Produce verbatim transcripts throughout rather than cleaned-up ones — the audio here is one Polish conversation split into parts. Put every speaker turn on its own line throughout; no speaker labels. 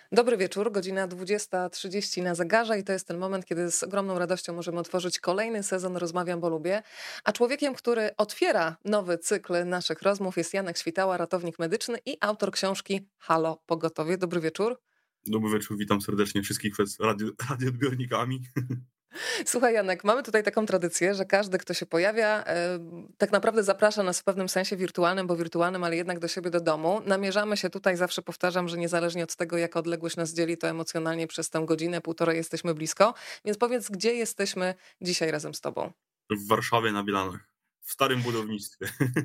Dobry wieczór, godzina dwudziesta trzydzieści na zegarze i to jest ten moment, kiedy z ogromną radością możemy otworzyć kolejny sezon Rozmawiam, bo lubię. A człowiekiem, który otwiera nowy cykl naszych rozmów jest Janek Świtała, ratownik medyczny i autor książki Halo Pogotowie. Dobry wieczór.
Dobry wieczór, witam serdecznie wszystkich przed radio, radioodbiornikami.
Słuchaj Janek, mamy tutaj taką tradycję, że każdy, kto się pojawia, e, tak naprawdę zaprasza nas w pewnym sensie wirtualnym, bo wirtualnym, ale jednak do siebie do domu. Namierzamy się tutaj, zawsze powtarzam, że niezależnie od tego, jaka odległość nas dzieli, to emocjonalnie przez tę godzinę, półtorej jesteśmy blisko. Więc powiedz, gdzie jesteśmy dzisiaj razem z tobą?
W Warszawie na Bielanach, w starym budownictwie.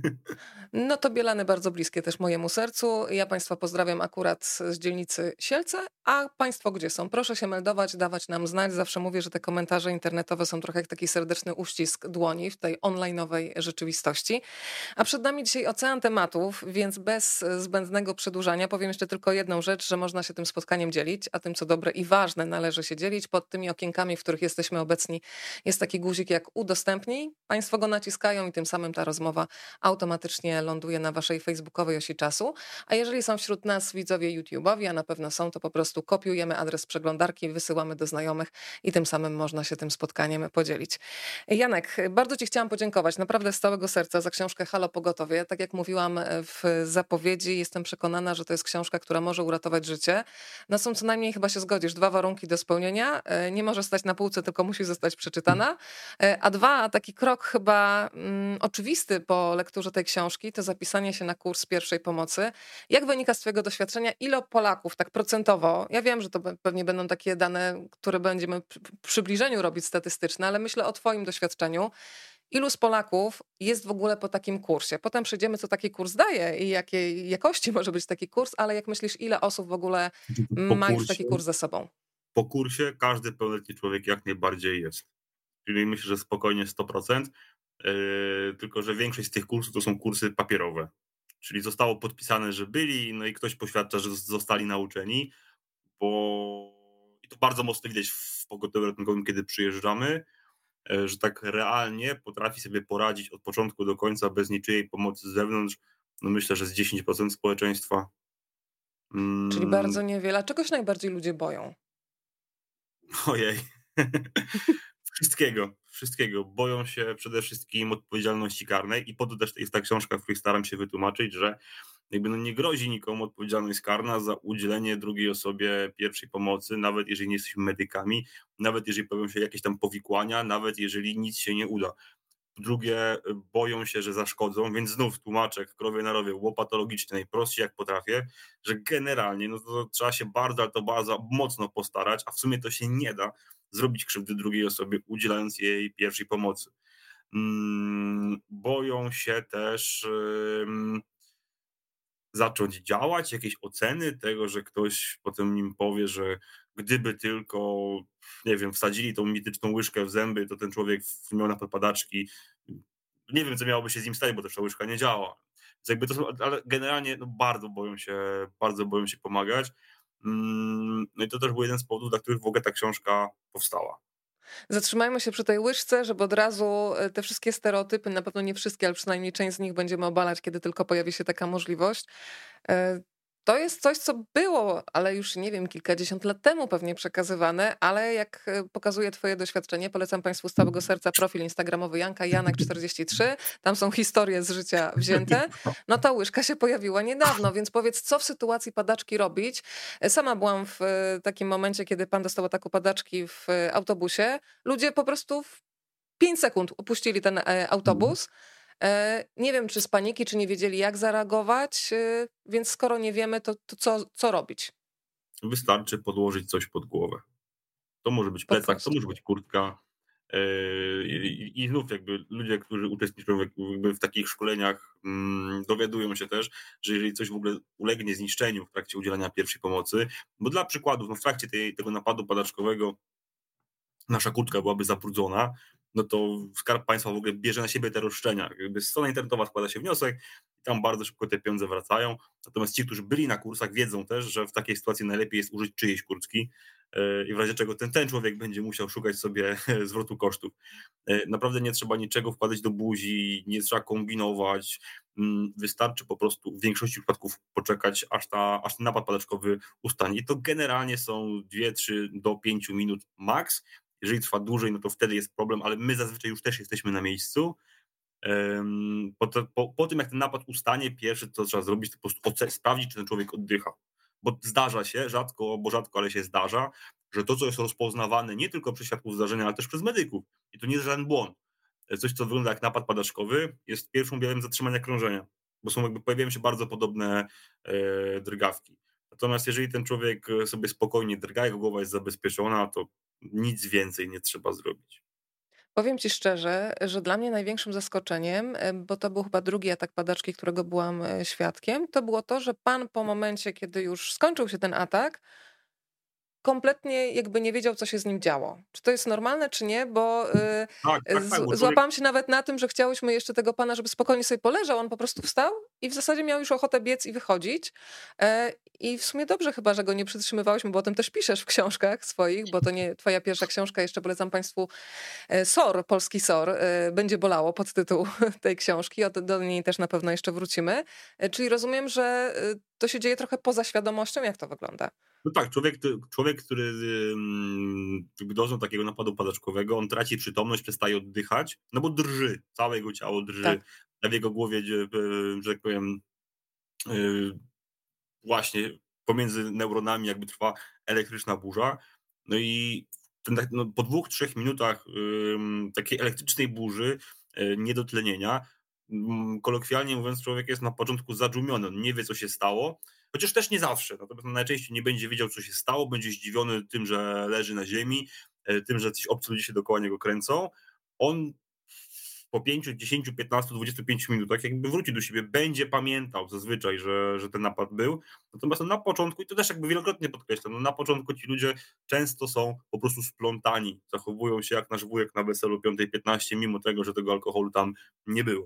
No to Bielany bardzo bliskie też mojemu sercu. Ja Państwa pozdrawiam akurat z dzielnicy Sielce, a Państwo gdzie są? Proszę się meldować, dawać nam znać. Zawsze mówię, że te komentarze internetowe są trochę jak taki serdeczny uścisk dłoni w tej online'owej rzeczywistości. A przed nami dzisiaj ocean tematów, więc bez zbędnego przedłużania powiem jeszcze tylko jedną rzecz, że można się tym spotkaniem dzielić, a tym co dobre i ważne należy się dzielić. Pod tymi okienkami, w których jesteśmy obecni, jest taki guzik jak udostępnij. Państwo go naciskają i tym samym ta rozmowa automatycznie ląduje na waszej facebookowej osi czasu. A jeżeli są wśród nas widzowie YouTube'owi, a na pewno są, to po prostu kopiujemy adres przeglądarki, wysyłamy do znajomych i tym samym można się tym spotkaniem podzielić. Janek, bardzo ci chciałam podziękować naprawdę z całego serca za książkę Halo Pogotowie. Tak jak mówiłam w zapowiedzi, jestem przekonana, że to jest książka, która może uratować życie. No są co najmniej, chyba się zgodzisz, dwa warunki do spełnienia. Nie może stać na półce, tylko musi zostać przeczytana. A dwa, taki krok chyba mm, oczywisty po lekturze tej książki, to zapisanie się na kurs pierwszej pomocy. Jak wynika z twojego doświadczenia, ile Polaków tak procentowo, ja wiem, że to pewnie będą takie dane, które będziemy przy przybliżeniu robić statystyczne, ale myślę o twoim doświadczeniu. Ilu z Polaków jest w ogóle po takim kursie? Potem przejdziemy, co taki kurs daje i jakiej jakości może być taki kurs, ale jak myślisz, ile osób w ogóle
Po
ma już
kursie,
taki kurs za sobą?
po kursie każdy pełnoletni człowiek jak najbardziej jest. Czyli myślę, że spokojnie sto procent. Yy, tylko że większość z tych kursów to są kursy papierowe. Czyli zostało podpisane, że byli, no i ktoś poświadcza, że zostali nauczeni, bo i to bardzo mocno widać w pogotowiu ratunkowym, kiedy przyjeżdżamy, e, że tak realnie potrafi sobie poradzić od początku do końca bez niczyjej pomocy z zewnątrz. No myślę, że z dziesięć procent społeczeństwa.
Czyli
Mm,
bardzo niewiele. A czego się najbardziej ludzie boją?
ojej. Wszystkiego, wszystkiego. Boją się przede wszystkim odpowiedzialności karnej i po to też jest ta książka, w której staram się wytłumaczyć, że jakby no nie grozi nikomu odpowiedzialność karna za udzielenie drugiej osobie pierwszej pomocy, nawet jeżeli nie jesteśmy medykami, nawet jeżeli pojawią się jakieś tam powikłania, nawet jeżeli nic się nie uda. Po drugie, boją się, że zaszkodzą, więc znów tłumaczę, krowie na rowie, łopatologicznie, najprościej jak potrafię, że generalnie no to trzeba się bardzo, ale to bardzo mocno postarać, a w sumie to się nie da zrobić krzywdy drugiej osobie, udzielając jej pierwszej pomocy. Mm, boją się też ym, zacząć działać, jakieś oceny tego, że ktoś potem im powie, że gdyby tylko, nie wiem, wsadzili tą mityczną łyżkę w zęby, to ten człowiek miał na popadaczki. Nie wiem, co miałoby się z nim stać, bo też ta łyżka nie działa. Więc jakby to są, ale generalnie no bardzo boją się, bardzo boją się pomagać. Mm, no i to też był jeden z powodów, dla których w ogóle ta książka powstała.
Zatrzymajmy się przy tej łyżce, żeby od razu e, te wszystkie stereotypy, na pewno nie wszystkie, ale przynajmniej część z nich będziemy obalać, kiedy tylko pojawi się taka możliwość. E, To jest coś, co było, ale już nie wiem, kilkadziesiąt lat temu pewnie przekazywane, ale jak e, pokazuje twoje doświadczenie, polecam Państwu z całego serca profil instagramowy Janka, Janek czterdzieści trzy, tam są historie z życia wzięte. No ta łyżka się pojawiła niedawno, więc powiedz, co w sytuacji padaczki robić? E, Sama byłam w e, takim momencie, kiedy pan dostał ataku padaczki w e, autobusie. Ludzie po prostu w pięć sekund opuścili ten e, autobus. E, Nie wiem, czy z paniki, czy nie wiedzieli, jak zareagować, e, więc skoro nie wiemy, to, to co, co robić?
Wystarczy podłożyć coś pod głowę. To może być
Po
plecak, to
prostu.
może być kurtka. Yy, I, i znów jakby ludzie, którzy uczestniczą w, w takich szkoleniach, mm, dowiadują się też, że jeżeli coś w ogóle ulegnie zniszczeniu w trakcie udzielania pierwszej pomocy, bo dla przykładów, no w trakcie tej, tego napadu padaczkowego nasza kurtka byłaby zabrudzona, no to Skarb Państwa w ogóle bierze na siebie te roszczenia. Jakby strona internetowa składa się wniosek i tam bardzo szybko te pieniądze wracają. Natomiast ci, którzy byli na kursach, wiedzą też, że w takiej sytuacji najlepiej jest użyć czyjejś kurtki, i w razie czego ten, ten człowiek będzie musiał szukać sobie zwrotu kosztów. Naprawdę nie trzeba niczego wkładać do buzi, nie trzeba kombinować. Wystarczy po prostu w większości przypadków poczekać, aż, ta, aż ten napad padaczkowy ustanie. I to generalnie są dwie trzy do pięciu minut max. Jeżeli trwa dłużej, no to wtedy jest problem, ale my zazwyczaj już też jesteśmy na miejscu. Po, to, po, po tym, jak ten napad ustanie, pierwsze, co trzeba zrobić, to po prostu oce- sprawdzić, czy ten człowiek oddycha. Bo zdarza się, rzadko, bo rzadko, ale się zdarza, że to, co jest rozpoznawane nie tylko przez świadków zdarzenia, ale też przez medyków. I to nie jest żaden błąd. Coś, co wygląda jak napad padaczkowy, jest pierwszym objawem zatrzymania krążenia, bo są jakby pojawiają się bardzo podobne e, drgawki. Natomiast jeżeli ten człowiek sobie spokojnie drga, jego głowa jest zabezpieczona, to nic więcej nie trzeba zrobić.
Powiem ci szczerze, że dla mnie największym zaskoczeniem, e, bo to był chyba drugi atak padaczki, którego byłam e, świadkiem, to było to, że pan po momencie, kiedy już skończył się ten atak, kompletnie jakby nie wiedział, co się z nim działo. Czy to jest normalne, czy nie, bo y,
Tak, tak, tak, bo
z,
człowiek
złapałam się nawet na tym, że chciałyśmy jeszcze tego pana, żeby spokojnie sobie poleżał, on po prostu wstał i w zasadzie miał już ochotę biec i wychodzić. E, I w sumie dobrze chyba, że go nie przytrzymywałyśmy, bo o tym też piszesz w książkach swoich, bo to nie twoja pierwsza książka, jeszcze polecam państwu e, S O R, polski S O R, e, będzie bolało podtytuł tej książki, o, do niej też na pewno jeszcze wrócimy. E, Czyli rozumiem, że e, to się dzieje trochę poza świadomością, jak to wygląda?
No tak, człowiek, człowiek który jakby doznał takiego napadu padaczkowego, on traci przytomność, przestaje oddychać, no bo drży, całe jego ciało drży,
Tak.
a w jego głowie, e, że tak powiem, e, właśnie pomiędzy neuronami jakby trwa elektryczna burza. No i ten, no, po dwóch, trzech minutach ym, takiej elektrycznej burzy, y, niedotlenienia, ym, kolokwialnie mówiąc, człowiek jest na początku zadżumiony, on nie wie, co się stało, chociaż też nie zawsze. Natomiast najczęściej nie będzie wiedział, co się stało, będzie zdziwiony tym, że leży na ziemi, y, tym, że coś obcy ludzie się dookoła niego kręcą. On po pięciu, dziesięciu, piętnastu, dwudziestu pięciu minutach jakby wróci do siebie, będzie pamiętał zazwyczaj, że, że ten napad był. Natomiast no, na początku, i to też jakby wielokrotnie podkreślam, no, na początku ci ludzie często są po prostu splątani, zachowują się jak nasz wujek na weselu piąta piętnaście, mimo tego, że tego alkoholu tam nie było.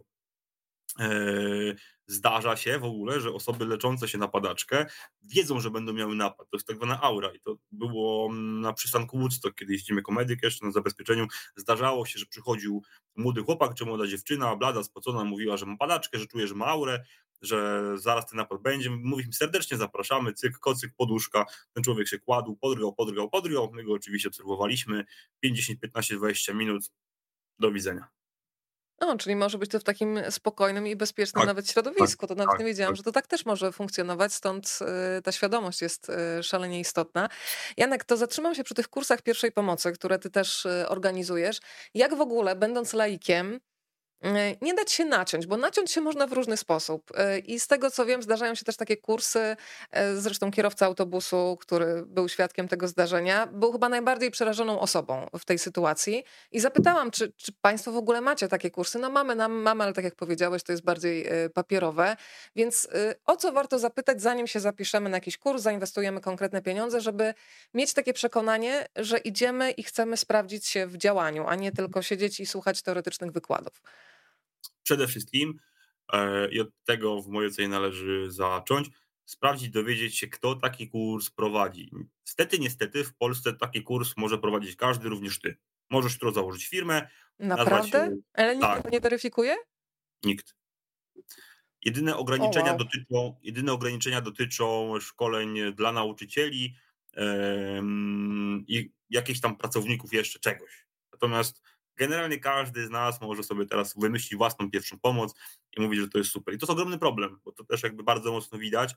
Eee, Zdarza się w ogóle, że osoby leczące się na padaczkę wiedzą, że będą miały napad. To jest tak zwana aura i to było na przystanku Woodstock, kiedy jeździmy jako medyk jeszcze na zabezpieczeniu. Zdarzało się, że przychodził młody chłopak czy młoda dziewczyna, blada, spocona, mówiła, że ma padaczkę, że czuje, że ma aurę, że zaraz ten napad będzie. Mówiliśmy serdecznie, zapraszamy, cyk, kocyk, poduszka. Ten człowiek się kładł, podrgał, podrgał, podrgał. My go oczywiście obserwowaliśmy. pięć, dziesięć, piętnaście, dwadzieścia minut. Do widzenia.
O, czyli może być to w takim spokojnym i bezpiecznym
Tak,
nawet
tak,
środowisku. To nawet
tak,
nie wiedziałam,
tak.
że to tak też może funkcjonować, stąd y, ta świadomość jest y, szalenie istotna. Janek, to zatrzymam się przy tych kursach pierwszej pomocy, które ty też y, organizujesz. Jak w ogóle, będąc laikiem, y, nie dać się naciąć, bo naciąć się można w różny sposób. Y, I z tego co wiem, zdarzają się też takie kursy, y, zresztą kierowca autobusu, który był świadkiem tego zdarzenia, był chyba najbardziej przerażoną osobą w tej sytuacji. I zapytałam, czy, czy państwo w ogóle macie takie kursy? No mamy, nam, mamy, ale tak jak powiedziałeś, to jest bardziej y, papierowe. Więc y, o co warto zapytać, zanim się zapiszemy na jakiś kurs, zainwestujemy konkretne pieniądze, żeby mieć takie przekonanie, że idziemy i chcemy sprawdzić się w działaniu, a nie tylko siedzieć i słuchać teoretycznych wykładów.
Przede wszystkim, e, i od tego w mojej ocenie należy zacząć, sprawdzić, dowiedzieć się, kto taki kurs prowadzi. Niestety, niestety w Polsce taki kurs może prowadzić każdy, również ty. Możesz jutro założyć firmę, nazwać ją
Naprawdę? Ale nikt
tak,
tego nie weryfikuje?
nikt. Jedyne
O,
ograniczenia
wow.
dotyczą, jedyne ograniczenia dotyczą szkoleń dla nauczycieli em, i jakichś tam pracowników jeszcze czegoś. Natomiast generalnie każdy z nas może sobie teraz wymyślić własną pierwszą pomoc i mówić, że to jest super. I to jest ogromny problem, bo to też jakby bardzo mocno widać.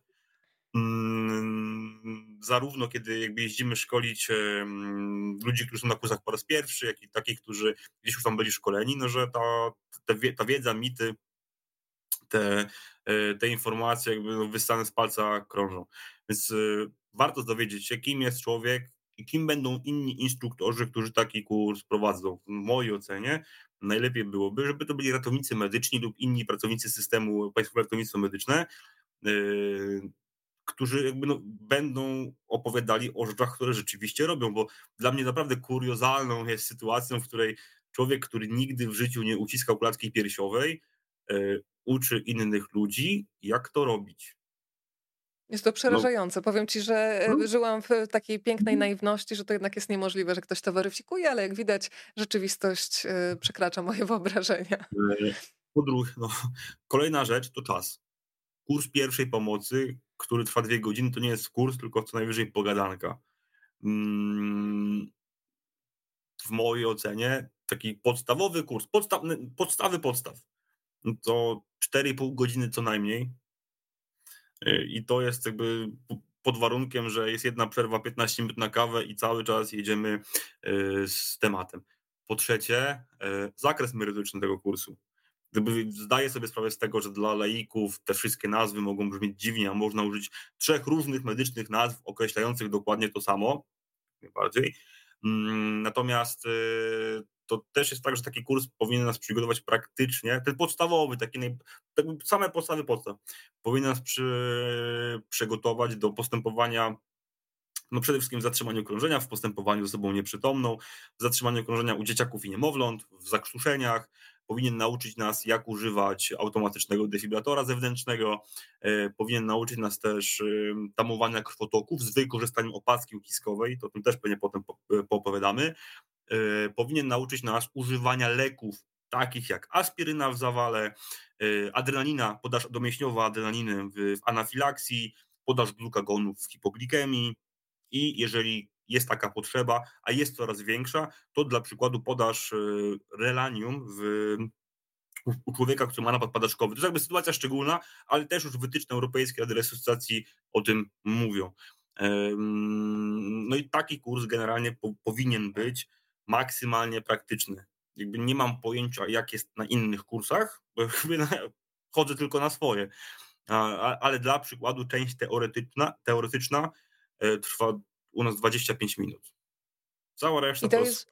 Mm, zarówno kiedy jakby jeździmy szkolić em, ludzi, którzy są na kursach po raz pierwszy, jak i takich, którzy gdzieś już tam byli szkoleni, no że ta, ta, wie- ta wiedza, mity, te, e, te informacje jakby no wyssane z palca krążą. Więc y, warto dowiedzieć się, kim jest człowiek i kim będą inni instruktorzy, którzy taki kurs prowadzą. W mojej ocenie najlepiej byłoby, żeby to byli ratownicy medyczni lub inni pracownicy systemu Państwowego Ratownictwa Medyczne, y, którzy jakby no, będą opowiadali o rzeczach, które rzeczywiście robią, bo dla mnie naprawdę kuriozalną jest sytuacją, w której człowiek, który nigdy w życiu nie uciskał klatki piersiowej, e, uczy innych ludzi, jak to robić.
Jest to
No,
przerażające. Powiem ci, że
no,
e, żyłam w takiej pięknej naiwności, że to jednak jest niemożliwe, że ktoś to weryfikuje, ale jak widać, rzeczywistość e, przekracza moje wyobrażenia.
e, po drugie, no, kolejna rzecz to czas. Kurs pierwszej pomocy, który trwa dwie godziny, to nie jest kurs, tylko co najwyżej pogadanka. Mm, w mojej ocenie taki podstawowy kurs, podstaw, podstawy podstaw, no to cztery i pół godziny co najmniej. Y, I to jest jakby pod warunkiem, że jest jedna przerwa piętnaście minut na kawę i cały czas jedziemy y, z tematem. Po trzecie, y, zakres merytoryczny tego kursu. Gdyby zdaję sobie sprawę z tego, że dla laików te wszystkie nazwy mogą brzmieć dziwnie, a można użyć trzech różnych medycznych nazw określających dokładnie to samo, najbardziej. Mm, Natomiast y, to też jest tak, że taki kurs powinien nas przygotować praktycznie, ten podstawowy, taki naj, jakby same podstawy podstaw, powinien nas przy, przygotować do postępowania, no przede wszystkim w zatrzymaniu krążenia, w postępowaniu z osobą nieprzytomną, w zatrzymaniu krążenia u dzieciaków i niemowląt, w zakrztuszeniach. Powinien nauczyć nas, jak używać automatycznego defibrylatora zewnętrznego. E, Powinien nauczyć nas też e, tamowania krwotoków z wykorzystaniem opaski uciskowej, to o tym też pewnie potem po- e, poopowiadamy. E, Powinien nauczyć nas używania leków takich jak aspiryna w zawale, e, adrenalina, podaż domięśniowa adrenaliny w, w anafilaksji, podaż glukagonów w hipoglikemii, i jeżeli jest taka potrzeba, a jest coraz większa, to dla przykładu podaż y, relanium w, u człowieka, który ma napad padaczkowy. To jest jakby sytuacja szczególna, ale też już wytyczne europejskie Rady Resuscytacji o tym mówią. No i taki kurs generalnie po, powinien być maksymalnie praktyczny. Jakby nie mam pojęcia, jak jest na innych kursach, bo jakby na, chodzę tylko na swoje. Ale dla przykładu część teoretyczna, teoretyczna e, trwa u nas dwadzieścia pięć minut. Cała
I
reszta
to
to jest
jest,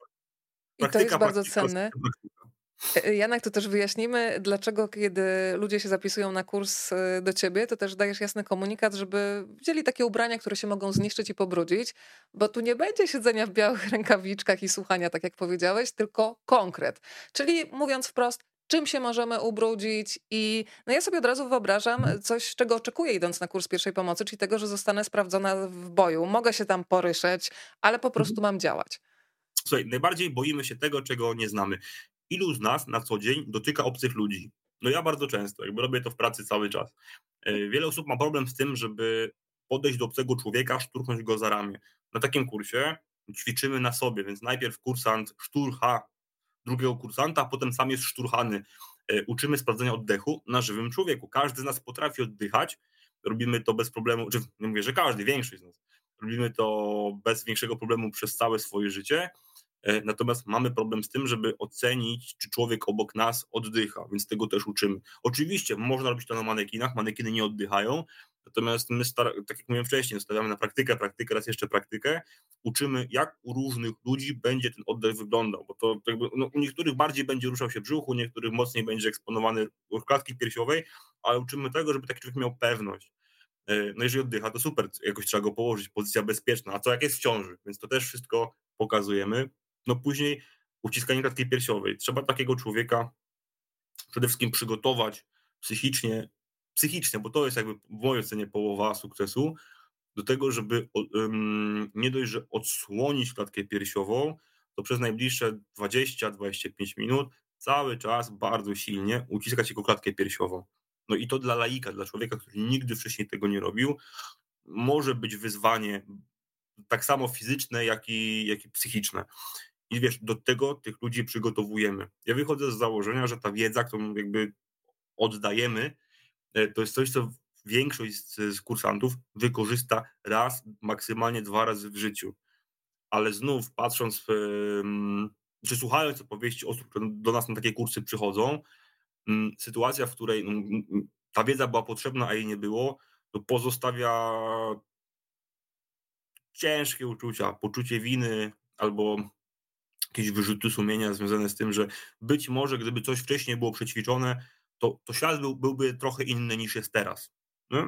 i to jest
praktyka,
bardzo
praktyka,
cenne.
praktyka.
E, e, Janek, to też wyjaśnimy, dlaczego kiedy ludzie się zapisują na kurs e, do ciebie, to też dajesz jasny komunikat, żeby wzięli takie ubrania, które się mogą zniszczyć i pobrudzić, bo tu nie będzie siedzenia w białych rękawiczkach i słuchania, tak jak powiedziałeś, tylko konkret. Czyli mówiąc wprost, czym się możemy ubrudzić i no ja sobie od razu wyobrażam coś, czego oczekuję idąc na kurs pierwszej pomocy, czyli tego, że zostanę sprawdzona w boju. Mogę się tam poryszeć, ale po prostu mam działać.
Słuchaj, najbardziej boimy się tego, czego nie znamy. Ilu z nas na co dzień dotyka obcych ludzi? No ja bardzo często, jakby robię to w pracy cały czas. E, Wiele osób ma problem z tym, żeby podejść do obcego człowieka, szturchnąć go za ramię. Na takim kursie ćwiczymy na sobie, więc najpierw kursant szturcha drugiego kursanta, a potem sam jest szturchany. E, Uczymy sprawdzenia oddechu na żywym człowieku. Każdy z nas potrafi oddychać. Robimy to bez problemu, czy nie mówię, że każdy, większość z nas. Robimy to bez większego problemu przez całe swoje życie. E, Natomiast mamy problem z tym, żeby ocenić, czy człowiek obok nas oddycha, więc tego też uczymy. Oczywiście można robić to na manekinach, manekiny nie oddychają, natomiast my, star- tak jak mówiłem wcześniej, stawiamy na praktykę, praktykę, raz jeszcze praktykę, uczymy, jak u różnych ludzi będzie ten oddech wyglądał, bo to jakby, no, u niektórych bardziej będzie ruszał się brzuch, u niektórych mocniej będzie eksponowany ruch klatki piersiowej, ale uczymy tego, żeby taki człowiek miał pewność. E, No jeżeli oddycha, to super, jakoś trzeba go położyć, pozycja bezpieczna, a co jak jest w ciąży, więc to też wszystko pokazujemy. No później uciskanie klatki piersiowej. Trzeba takiego człowieka przede wszystkim przygotować psychicznie, psychicznie, bo to jest jakby w mojej ocenie połowa sukcesu, do tego, żeby um, nie dość, że odsłonić klatkę piersiową, to przez najbliższe dwadzieścia do dwudziestu pięciu minut cały czas bardzo silnie uciskać jego klatkę piersiową. No i to dla laika, dla człowieka, który nigdy wcześniej tego nie robił, może być wyzwanie tak samo fizyczne, jak i, jak i psychiczne. I wiesz, do tego tych ludzi przygotowujemy. Ja wychodzę z założenia, że ta wiedza, którą jakby oddajemy, e, to jest coś, co większość z, z kursantów wykorzysta raz, maksymalnie dwa razy w życiu. Ale znów patrząc, w, em, czy słuchając opowieści osób, które do nas na takie kursy przychodzą, mm, sytuacja, w której mm, mm, ta wiedza była potrzebna, a jej nie było, to pozostawia ciężkie uczucia, poczucie winy albo jakieś wyrzuty sumienia związane z tym, że być może gdyby coś wcześniej było przećwiczone, to, to świat był, byłby trochę inny niż jest teraz. Nie?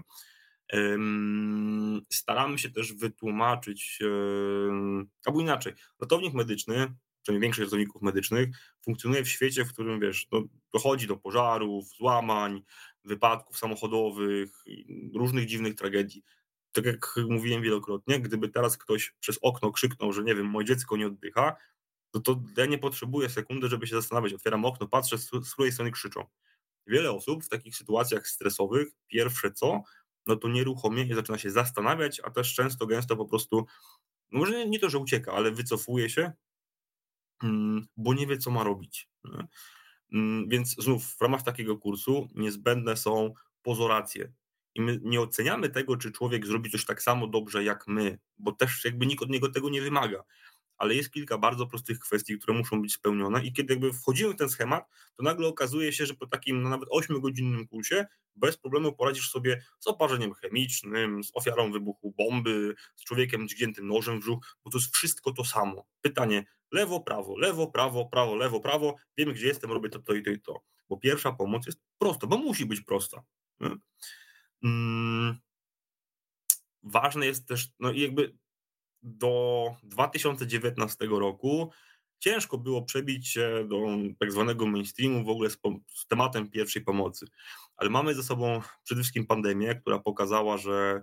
Ym, Staramy się też wytłumaczyć, ym, albo inaczej, ratownik medyczny, przynajmniej większość ratowników medycznych, funkcjonuje w świecie, w którym wiesz, no, dochodzi do pożarów, złamań, wypadków samochodowych, różnych dziwnych tragedii. tak jak mówiłem wielokrotnie, gdyby teraz ktoś przez okno krzyknął, że nie wiem, moje dziecko nie oddycha, to, to ja nie potrzebuję sekundy, żeby się zastanawiać. Otwieram okno, patrzę, z, z której strony krzyczą. Wiele osób w takich sytuacjach stresowych, pierwsze co, no to nieruchomie i zaczyna się zastanawiać, a też często, gęsto po prostu, no może nie, nie to, że ucieka, ale wycofuje się, mm, bo nie wie, co ma robić. Nie? Mm, Więc znów w ramach takiego kursu niezbędne są pozoracje. I my nie oceniamy tego, czy człowiek zrobi coś tak samo dobrze jak my, bo też jakby nikt od niego tego nie wymaga. Ale jest kilka bardzo prostych kwestii, które muszą być spełnione i kiedy jakby wchodzimy w ten schemat, to nagle okazuje się, że po takim no, nawet ośmiogodzinnym kursie bez problemu poradzisz sobie z oparzeniem chemicznym, z ofiarą wybuchu bomby, z człowiekiem dźgniętym nożem w brzuch, bo to jest wszystko to samo. Pytanie lewo, prawo, lewo, prawo, prawo, lewo, prawo, wiemy gdzie jestem, robię to, to i to i to. Bo pierwsza pomoc jest prosta, bo musi być prosta. Hmm. Ważne jest też, no i jakby do dwa tysiące dziewiętnastego roku ciężko było przebić się do tak zwanego mainstreamu w ogóle z, z tematem pierwszej pomocy. Ale mamy ze sobą przede wszystkim pandemię, która pokazała, że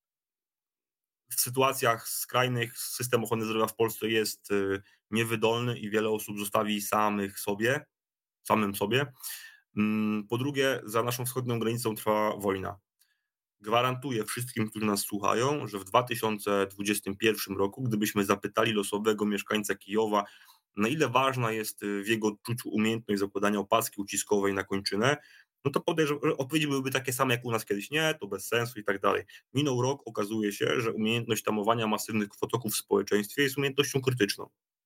w sytuacjach skrajnych system ochrony zdrowia w Polsce jest y, niewydolny i wiele osób zostawi samych sobie, samym sobie. Mm, Po drugie, za naszą wschodnią granicą trwa wojna. Gwarantuję wszystkim, którzy nas słuchają, że w dwa tysiące dwudziestym pierwszym roku, gdybyśmy zapytali losowego mieszkańca Kijowa, na ile ważna jest w jego odczuciu umiejętność zakładania opaski uciskowej na kończynę, no to podejrzewam, że odpowiedzi byłyby takie same jak u nas kiedyś. Nie, to bez sensu i tak dalej. Minął rok, okazuje się, że umiejętność tamowania masywnych kwotoków w społeczeństwie jest umiejętnością krytyczną.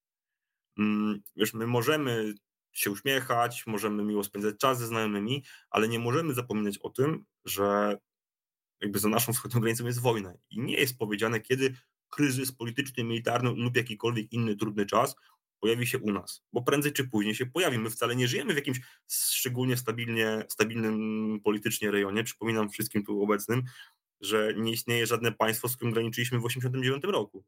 Mm, Wiesz, my możemy się uśmiechać, możemy miło spędzać czas ze znajomymi, ale nie możemy zapominać o tym, że jakby za naszą wschodnią granicą jest wojna i nie jest powiedziane, kiedy kryzys polityczny, militarny lub jakikolwiek inny trudny czas pojawi się u nas, bo prędzej czy później się pojawi. My wcale nie żyjemy w jakimś szczególnie stabilnie, stabilnym politycznie rejonie. Przypominam wszystkim tu obecnym, że nie istnieje żadne państwo, z którym graniczyliśmy w osiemdziesiątym dziewiątym roku.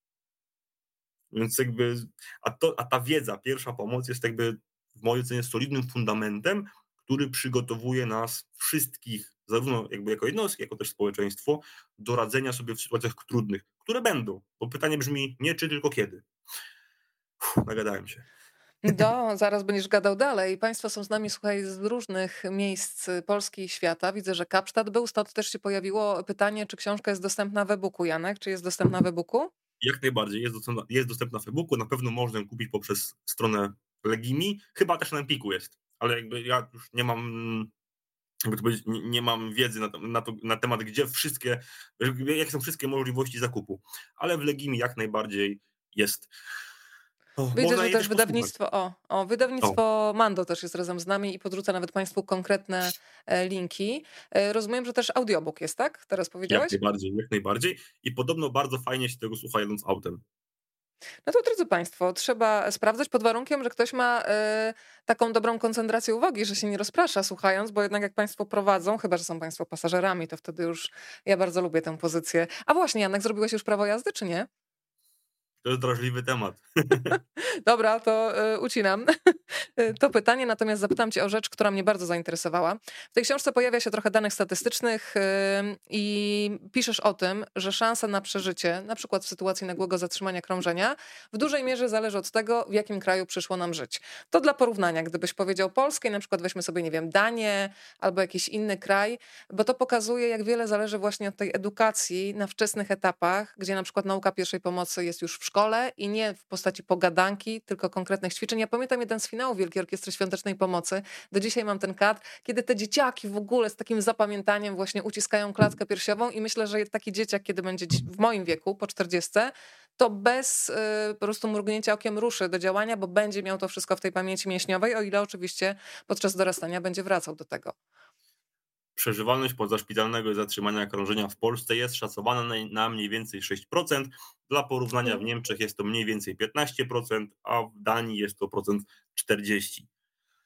Więc jakby, a, to, a ta wiedza, pierwsza pomoc jest jakby w mojej ocenie solidnym fundamentem, który przygotowuje nas wszystkich, zarówno jakby jako jednostki, jako też społeczeństwo, do radzenia sobie w sytuacjach trudnych, które będą. Bo pytanie brzmi nie czy, tylko kiedy. Uff, nagadałem się.
Do, zaraz będziesz gadał dalej. Państwo są z nami, słuchaj, z różnych miejsc Polski i świata. Widzę, że Kapsztad był, stąd też się pojawiło pytanie, czy książka jest dostępna w e-booku. Janek, czy jest dostępna w e-booku?
Jak najbardziej, jest dostępna, jest dostępna w e-booku, na pewno można ją kupić poprzez stronę Legimi, chyba też na Empiku jest, ale jakby ja już nie mam jakby to powiedzieć, nie, nie mam wiedzy na, to, na, to, na temat, gdzie wszystkie, jakie są wszystkie możliwości zakupu, ale w Legimi jak najbardziej jest. O,
Widzę,
można
że
jej
też
też posłuchać.
wydawnictwo, o, o,
O,
wydawnictwo Mando też jest razem z nami i podrzuca nawet Państwu konkretne e, linki. E, Rozumiem, że też audiobook jest, tak? Teraz
jak
powiedziałeś?
najbardziej, jak najbardziej. I podobno bardzo fajnie się tego słucha jadąc autem.
No to drodzy Państwo, trzeba sprawdzać pod warunkiem, że ktoś ma e, taką dobrą koncentrację uwagi, że się nie rozprasza słuchając, bo jednak jak Państwo prowadzą, chyba że są Państwo pasażerami, to wtedy już ja bardzo lubię tę pozycję. A właśnie, Janek, zrobiłeś już prawo jazdy, czy nie?
To jest drażliwy temat.
Dobra, to y, ucinam y, to pytanie, natomiast zapytam cię o rzecz, która mnie bardzo zainteresowała. W tej książce pojawia się trochę danych statystycznych y, i piszesz o tym, że szansa na przeżycie, na przykład w sytuacji nagłego zatrzymania krążenia, w dużej mierze zależy od tego, w jakim kraju przyszło nam żyć. To dla porównania, gdybyś powiedział Polskę i na przykład weźmy sobie, nie wiem, Danię albo jakiś inny kraj, bo to pokazuje, jak wiele zależy właśnie od tej edukacji na wczesnych etapach, gdzie na przykład nauka pierwszej pomocy jest już w szkole i nie w postaci pogadanki, tylko konkretnych ćwiczeń. Ja pamiętam jeden z finałów Wielkiej Orkiestry Świątecznej Pomocy. Do dzisiaj mam ten kadr, kiedy te dzieciaki w ogóle z takim zapamiętaniem właśnie uciskają klatkę piersiową i myślę, że taki dzieciak, kiedy będzie w moim wieku, po czterdziestce, to bez y, po prostu mrugnięcia okiem ruszy do działania, bo będzie miał to wszystko w tej pamięci mięśniowej, o ile oczywiście podczas dorastania będzie wracał do tego.
Przeżywalność pozaszpitalnego zatrzymania krążenia w Polsce jest szacowana na, na mniej więcej sześć procent. Dla porównania w Niemczech jest to mniej więcej piętnaście procent, a w Danii jest to procent czterdzieści procent.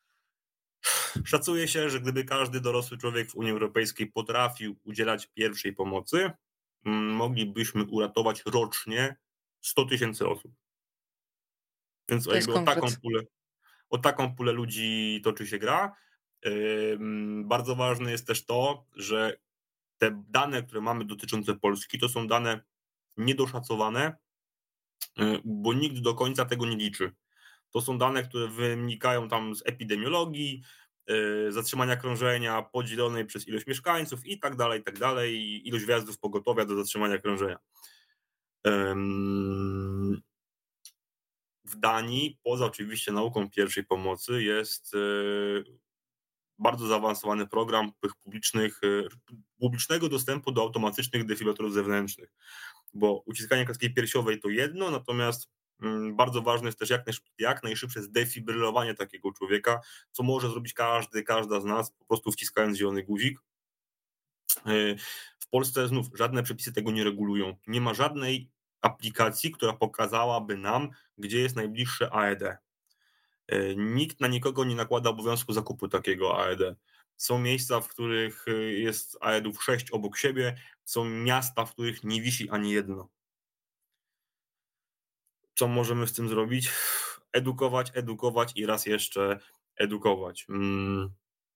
Szacuje się, że gdyby każdy dorosły człowiek w Unii Europejskiej potrafił udzielać pierwszej pomocy, moglibyśmy uratować rocznie sto tysięcy osób. Więc
To jest
jakby o taką
konkret.
pulę, o taką pulę ludzi toczy się gra. Bardzo ważne jest też to, że te dane, które mamy dotyczące Polski, to są dane niedoszacowane, bo nikt do końca tego nie liczy. To są dane, które wynikają tam z epidemiologii, zatrzymania krążenia podzielonej przez ilość mieszkańców i tak dalej, i tak dalej, i ilość wjazdów pogotowia do zatrzymania krążenia. W Danii, poza oczywiście nauką pierwszej pomocy, jest bardzo zaawansowany program publicznych, publicznego dostępu do automatycznych defibrylatorów zewnętrznych, bo uciskanie klatki piersiowej to jedno, natomiast bardzo ważne jest też jak, najszyb, jak najszybsze zdefibrylowanie takiego człowieka, co może zrobić każdy, każda z nas, po prostu wciskając zielony guzik. W Polsce znów żadne przepisy tego nie regulują. Nie ma żadnej aplikacji, która pokazałaby nam, gdzie jest najbliższe A E D. Nikt na nikogo nie nakłada obowiązku zakupu takiego A E D. Są miejsca, w których jest A E D-ów sześć obok siebie, są miasta, w których nie wisi ani jedno. Co możemy z tym zrobić? Edukować, edukować i raz jeszcze edukować. Hmm.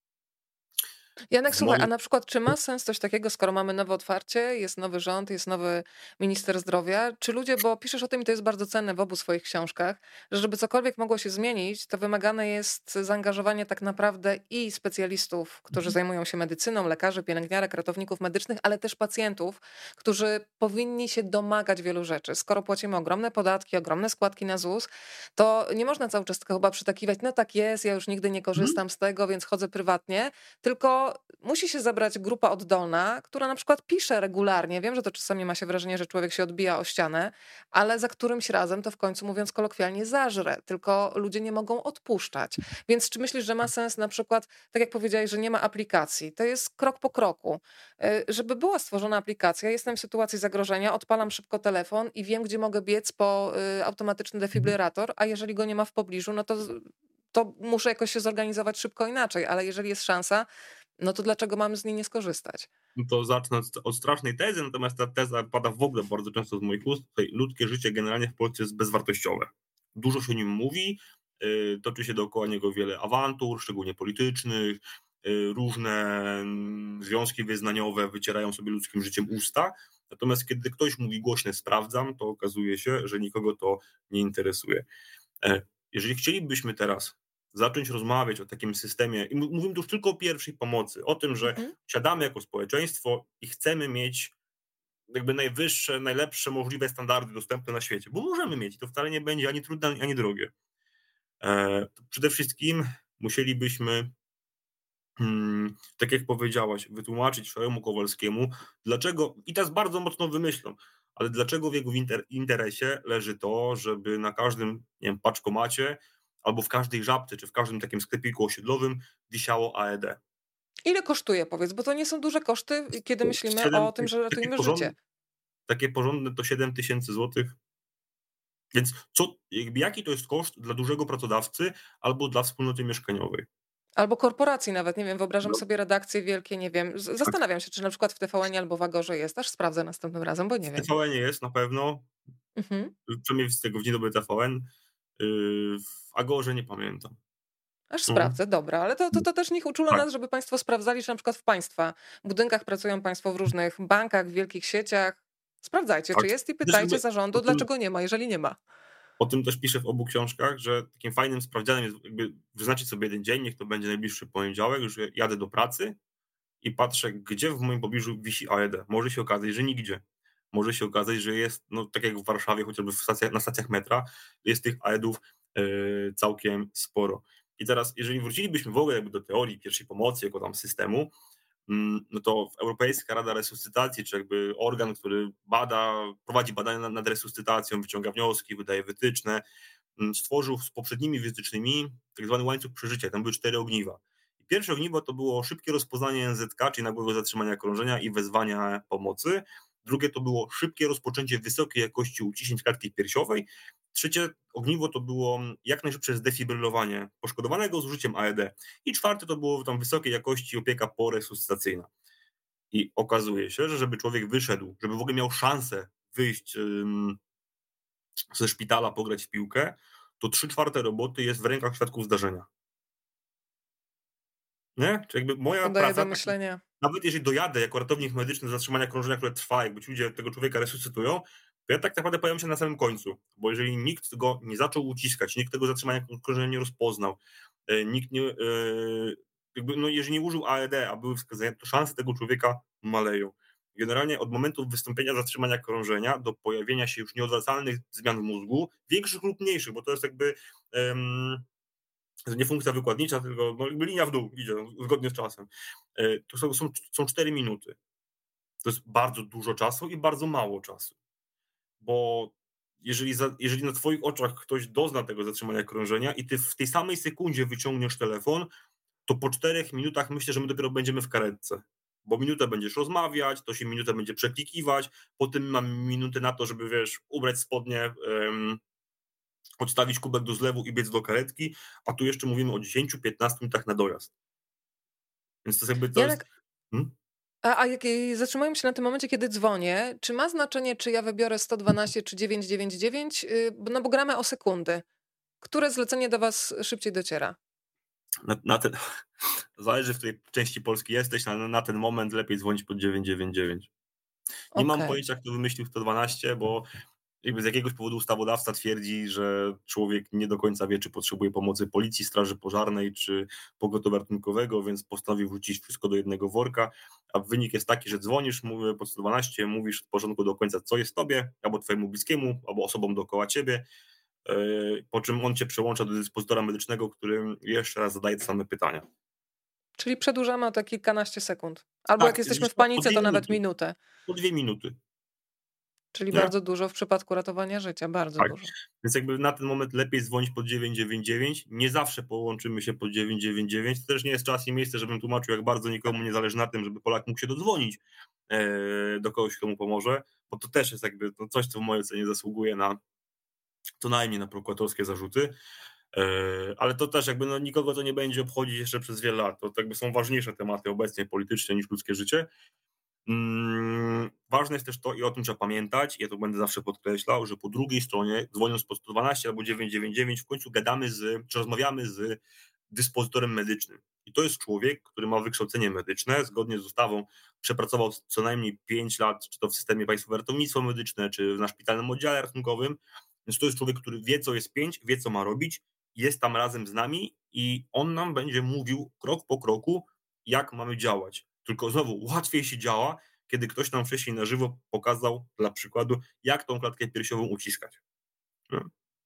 Janek, słuchaj, a na przykład czy ma sens coś takiego, skoro mamy nowe otwarcie, jest nowy rząd, jest nowy minister zdrowia, czy ludzie, bo piszesz o tym i to jest bardzo cenne w obu swoich książkach, że żeby cokolwiek mogło się zmienić, to wymagane jest zaangażowanie tak naprawdę i specjalistów, którzy zajmują się medycyną, lekarzy, pielęgniarek, ratowników medycznych, ale też pacjentów, którzy powinni się domagać wielu rzeczy. Skoro płacimy ogromne podatki, ogromne składki na ZUS, to nie można cały czas tylko chyba przytakiwać, no tak jest, ja już nigdy nie korzystam z tego, więc chodzę prywatnie, tylko musi się zebrać grupa oddolna, która na przykład pisze regularnie. Wiem, że to czasami ma się wrażenie, że człowiek się odbija o ścianę, ale za którymś razem to w końcu, mówiąc kolokwialnie, zażre. Tylko ludzie nie mogą odpuszczać. Więc czy myślisz, że ma sens na przykład, tak jak powiedziałeś, że nie ma aplikacji, to jest krok po kroku. Żeby była stworzona aplikacja, jestem w sytuacji zagrożenia, odpalam szybko telefon i wiem, gdzie mogę biec po automatyczny defibrylator, a jeżeli go nie ma w pobliżu, no to, to muszę jakoś się zorganizować szybko inaczej, ale jeżeli jest szansa, no to dlaczego mamy z niej nie skorzystać?
No to zacznę od strasznej tezy, natomiast ta teza pada w ogóle bardzo często z moich ust. Tutaj ludzkie życie generalnie w Polsce jest bezwartościowe. Dużo się o nim mówi, toczy się dookoła niego wiele awantur, szczególnie politycznych, różne związki wyznaniowe wycierają sobie ludzkim życiem usta, natomiast kiedy ktoś mówi głośno sprawdzam, to okazuje się, że nikogo to nie interesuje. Jeżeli chcielibyśmy teraz zacząć rozmawiać o takim systemie, i mówimy tu już tylko o pierwszej pomocy, o tym, że mhm. siadamy jako społeczeństwo i chcemy mieć jakby najwyższe, najlepsze możliwe standardy dostępne na świecie, bo możemy mieć, to wcale nie będzie ani trudne, ani drogie. To przede wszystkim musielibyśmy, hmm, tak jak powiedziałaś, wytłumaczyć Szaremu Kowalskiemu, dlaczego, i teraz bardzo mocno wymyślą, ale dlaczego w jego interesie leży to, żeby na każdym, nie wiem, paczkomacie albo w każdej Żabce, czy w każdym takim sklepiku osiedlowym wisiało A E D.
Ile kosztuje, powiedz, bo to nie są duże koszty, kiedy myślimy
siedem,
o tym, że ratujemy
porządne,
życie.
Takie porządne to siedem tysięcy złotych. Więc co, jakby jaki to jest koszt dla dużego pracodawcy albo dla wspólnoty mieszkaniowej?
Albo korporacji nawet, nie wiem, wyobrażam no. sobie redakcje wielkie, nie wiem, zastanawiam się, czy na przykład w T V N albo w Agorze jest, aż sprawdzę następnym razem, bo nie
w
wiem.
W T V N jest na pewno, mhm. przynajmniej z tego w Dzień Dobry T V N, w Agorze nie pamiętam.
Aż sprawdzę, dobra, ale to, to, to też niech uczula tak. nas, żeby państwo sprawdzali, czy na przykład w państwa budynkach pracują państwo w różnych bankach, w wielkich sieciach. Sprawdzajcie, tak. czy jest i pytajcie zarządu, tym, dlaczego nie ma, jeżeli nie ma.
O tym też piszę w obu książkach, że takim fajnym sprawdzianem jest jakby wyznaczyć sobie jeden dzień, niech to będzie najbliższy poniedziałek, że jadę do pracy i patrzę, gdzie w moim pobliżu wisi A E D. Może się okazać, że nigdzie. Może się okazać, że jest, no tak jak w Warszawie, chociażby w stacjach, na stacjach metra, jest tych A E D-ów yy, całkiem sporo. I teraz, jeżeli wrócilibyśmy w ogóle jakby do teorii pierwszej pomocy, jako tam systemu, no to Europejska Rada Resuscytacji, czy jakby organ, który bada, prowadzi badania nad resuscytacją, wyciąga wnioski, wydaje wytyczne, stworzył z poprzednimi wytycznymi tak zwany łańcuch przeżycia. Tam były cztery ogniwa. I pierwsze ogniwo to było szybkie rozpoznanie N Z K, czyli nagłego zatrzymania krążenia i wezwania pomocy. Drugie to było szybkie rozpoczęcie wysokiej jakości uciśnięć klatki piersiowej. Trzecie ogniwo to było jak najszybsze zdefibrylowanie poszkodowanego z użyciem A E D. I czwarte to było tam wysokiej jakości opieka poresuscytacyjna. I okazuje się, że żeby człowiek wyszedł, żeby w ogóle miał szansę wyjść um, ze szpitala, pograć w piłkę, to trzy czwarte roboty jest w rękach świadków zdarzenia. Nie? Czy jakby moja
To daje do
praca, tak,
myślenia.
nawet jeżeli dojadę jako ratownik medyczny do zatrzymania krążenia, które trwa, jakby ci ludzie tego człowieka resuscytują, to ja tak naprawdę pojawiam się na samym końcu, bo jeżeli nikt go nie zaczął uciskać, nikt tego zatrzymania krążenia nie rozpoznał, e, nikt nie, e, jakby, no jeżeli nie użył A E D, a były wskazania, to szanse tego człowieka maleją. Generalnie od momentu wystąpienia zatrzymania krążenia do pojawienia się już nieodwracalnych zmian w mózgu, większych lub mniejszych, bo to jest jakby um, nie funkcja wykładnicza, tylko no, jakby linia w dół idzie no, zgodnie z czasem. To są, są, są cztery minuty. To jest bardzo dużo czasu i bardzo mało czasu. Bo jeżeli, za, jeżeli na twoich oczach ktoś dozna tego zatrzymania krążenia i ty w tej samej sekundzie wyciągniesz telefon, to po czterech minutach myślę, że my dopiero będziemy w karetce. Bo minutę będziesz rozmawiać, to się minutę będzie przeklikiwać, potem mam minutę na to, żeby wiesz, ubrać spodnie, um, odstawić kubek do zlewu i biec do karetki, a tu jeszcze mówimy o dziesięć do piętnastu minutach na dojazd. Więc to jest jakby to jest...
Janek,
Hmm?
a, a jak zatrzymujemy się na tym momencie, kiedy dzwonię, czy ma znaczenie, czy ja wybiorę sto dwanaście czy dziewięćset dziewięćdziesiąt dziewięć? Yy, No bo gramy o sekundy. Które zlecenie do was szybciej dociera?
Na, na ten, zależy, w której części Polski jesteś, ale na ten moment lepiej dzwonić pod dziewięćset dziewięćdziesiąt dziewięć. Nie mam
Okej.
pojęcia, kto wymyślił sto dwanaście, bo jakby z jakiegoś powodu ustawodawca twierdzi, że człowiek nie do końca wie, czy potrzebuje pomocy policji, straży pożarnej, czy pogotowia ratunkowego, więc postanowił wrzucić wszystko do jednego worka, a wynik jest taki, że dzwonisz mówię, pod sto dwanaście, mówisz od początku do końca, co jest tobie, albo twojemu bliskiemu, albo osobom dookoła ciebie, po czym on cię przełącza do dyspozytora medycznego, którym jeszcze raz zadaje te same pytania.
Czyli przedłużamy o te kilkanaście sekund. Albo
Tak,
jak jesteśmy w
po
panice,
dwie
to nawet
minuty.
minutę.
Po dwie minuty.
Czyli
Nie?
bardzo dużo w przypadku ratowania życia, bardzo
Tak.
dużo.
Więc jakby na ten moment lepiej dzwonić pod dziewięćset dziewięćdziesiąt dziewięć. Nie zawsze połączymy się pod dziewięćset dziewięćdziesiąt dziewięć. To też nie jest czas i miejsce, żebym tłumaczył, jak bardzo nikomu nie zależy na tym, żeby Polak mógł się dodzwonić do kogoś, kto mu pomoże, bo to też jest jakby to coś, co w mojej ocenie zasługuje na co najmniej na prokuratorskie zarzuty. Ale to też jakby no, nikogo to nie będzie obchodzić jeszcze przez wiele lat. To jakby są ważniejsze tematy obecnie polityczne niż ludzkie życie. Hmm, ważne jest też to i o tym trzeba pamiętać, ja to będę zawsze podkreślał, że po drugiej stronie, dzwoniąc po sto dwanaście albo dziewięćset dziewięćdziesiąt dziewięć, w końcu gadamy z, czy rozmawiamy z dyspozytorem medycznym. I to jest człowiek, który ma wykształcenie medyczne, zgodnie z ustawą przepracował co najmniej pięć lat, czy to w systemie Państwowego Ratownictwa Medyczne, czy na szpitalnym oddziale ratunkowym. Więc to jest człowiek, który wie, co jest pięć, wie, co ma robić, jest tam razem z nami i on nam będzie mówił krok po kroku, jak mamy działać. Tylko znowu łatwiej się działa, kiedy ktoś nam wcześniej na żywo pokazał, dla przykładu, jak tą klatkę piersiową uciskać. No.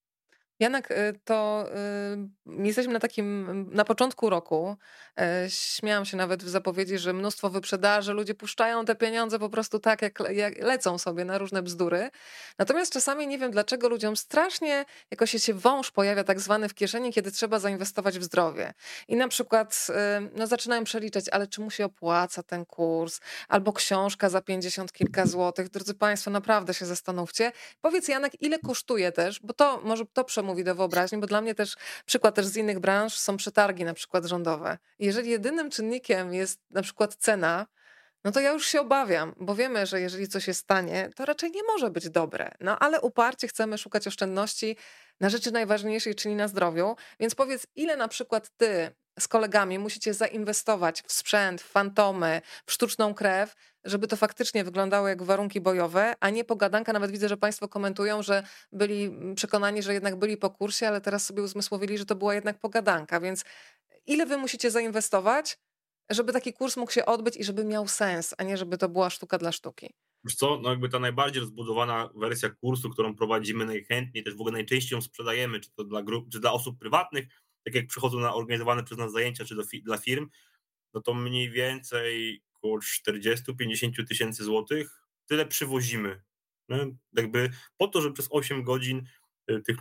Janek, to y, jesteśmy na takim, na początku roku. Y, śmiałam się nawet w zapowiedzi, że mnóstwo wyprzedaży, ludzie puszczają te pieniądze po prostu tak, jak, jak lecą sobie na różne bzdury. Natomiast czasami nie wiem, dlaczego ludziom strasznie jakoś się wąż pojawia tak zwany w kieszeni, kiedy trzeba zainwestować w zdrowie. I na przykład y, no, zaczynają przeliczać, ale czy mu się opłaca ten kurs, albo książka za pięćdziesiąt kilka złotych. Drodzy Państwo, naprawdę się zastanówcie. Powiedz, Janek, ile kosztuje też, bo to może to przemówi do wyobraźni, bo dla mnie też przykład też z innych branż są przetargi na przykład rządowe. Jeżeli jedynym czynnikiem jest na przykład cena, no to ja już się obawiam, bo wiemy, że jeżeli coś się stanie, to raczej nie może być dobre. No ale uparcie chcemy szukać oszczędności na rzeczy najważniejszej, czyli na zdrowiu. Więc powiedz, ile na przykład ty z kolegami musicie zainwestować w sprzęt, w fantomy, w sztuczną krew, żeby to faktycznie wyglądało jak warunki bojowe, a nie pogadanka. Nawet widzę, że państwo komentują, że byli przekonani, że jednak byli po kursie, ale teraz sobie uzmysłowili, że to była jednak pogadanka. Więc ile wy musicie zainwestować, żeby taki kurs mógł się odbyć i żeby miał sens, a nie żeby to była sztuka dla sztuki?
Wiesz co, no jakby ta najbardziej rozbudowana wersja kursu, którą prowadzimy najchętniej, też w ogóle najczęściej ją sprzedajemy, czy to dla grup, czy dla osób prywatnych, tak jak przychodzą na organizowane przez nas zajęcia, czy do, dla firm, no to mniej więcej około czterdzieści do pięćdziesięciu tysięcy złotych, tyle przywozimy. No, jakby po to, żeby przez osiem godzin tych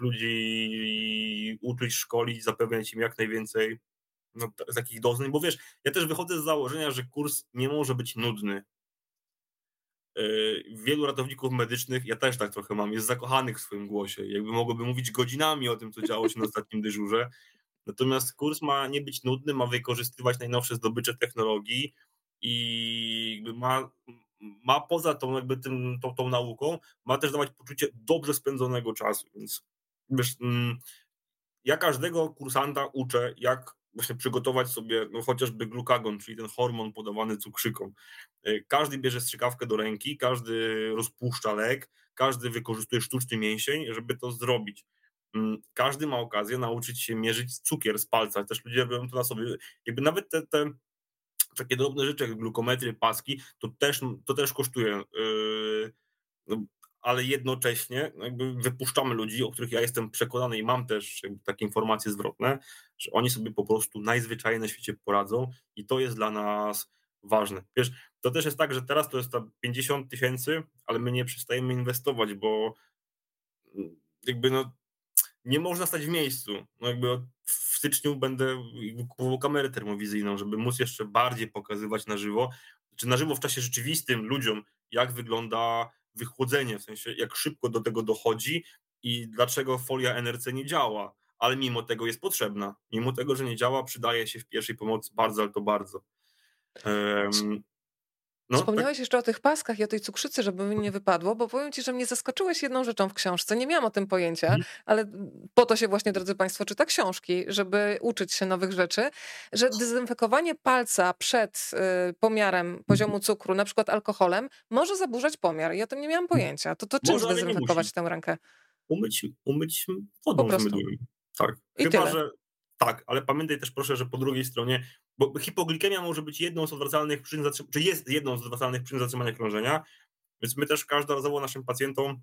ludzi uczyć, szkolić, zapewniać im jak najwięcej no, takich doznań, bo wiesz, ja też wychodzę z założenia, że kurs nie może być nudny. Wielu ratowników medycznych, ja też tak trochę mam, jest zakochanych w swoim głosie. Jakby mogłoby mówić godzinami o tym, co działo się na ostatnim dyżurze. Natomiast kurs ma nie być nudny, ma wykorzystywać najnowsze zdobycze technologii i jakby ma, ma poza tą, jakby tym, tą, tą nauką, ma też dawać poczucie dobrze spędzonego czasu. Więc wiesz, ja każdego kursanta uczę, jak właśnie przygotować sobie no, chociażby glukagon, czyli ten hormon podawany cukrzykom. Każdy bierze strzykawkę do ręki, każdy rozpuszcza lek, każdy wykorzystuje sztuczny mięsień, żeby to zrobić. Każdy ma okazję nauczyć się mierzyć cukier z palca. Też ludzie robią to na sobie. Jakby nawet te, te takie drobne rzeczy jak glukometry, paski, to też, to też kosztuje. Yy, no, ale jednocześnie jakby wypuszczamy ludzi, o których ja jestem przekonany i mam też takie informacje zwrotne, że oni sobie po prostu najzwyczajniej na świecie poradzą i to jest dla nas ważne. Wiesz, to też jest tak, że teraz to jest tam pięćdziesiąt tysięcy, ale my nie przestajemy inwestować, bo jakby no nie można stać w miejscu. No jakby w styczniu będę kupował kamerę termowizyjną, żeby móc jeszcze bardziej pokazywać na żywo, czy na żywo w czasie rzeczywistym ludziom, jak wygląda wychłodzenie, w sensie jak szybko do tego dochodzi i dlaczego folia N R C nie działa, ale mimo tego jest potrzebna. Mimo tego, że nie działa, przydaje się w pierwszej pomocy bardzo, ale to bardzo. Um, No, tak.
Wspomniałeś jeszcze o tych paskach i o tej cukrzycy, żeby mi nie wypadło, bo powiem ci, że mnie zaskoczyłeś jedną rzeczą w książce. Nie miałam o tym pojęcia, ale po to się właśnie, drodzy Państwo, czyta książki, żeby uczyć się nowych rzeczy, że dezynfekowanie palca przed y, pomiarem poziomu cukru, na przykład alkoholem, może zaburzać pomiar. I o tym nie miałam pojęcia. To, to czym
Może, ale nie
zdezynfekować
musi.
tę rękę?
Umyć, umyć
Po
wodą z
prostu.
mydłem. Tak.
I
Chyba,
tyle.
że tak, ale pamiętaj też proszę, że po drugiej stronie, bo hipoglikemia może być jedną z odwracalnych przyczyn zatrzymania, czy jest jedną z odwracalnych przyczyn zatrzymania krążenia, więc my też każdorazowo naszym pacjentom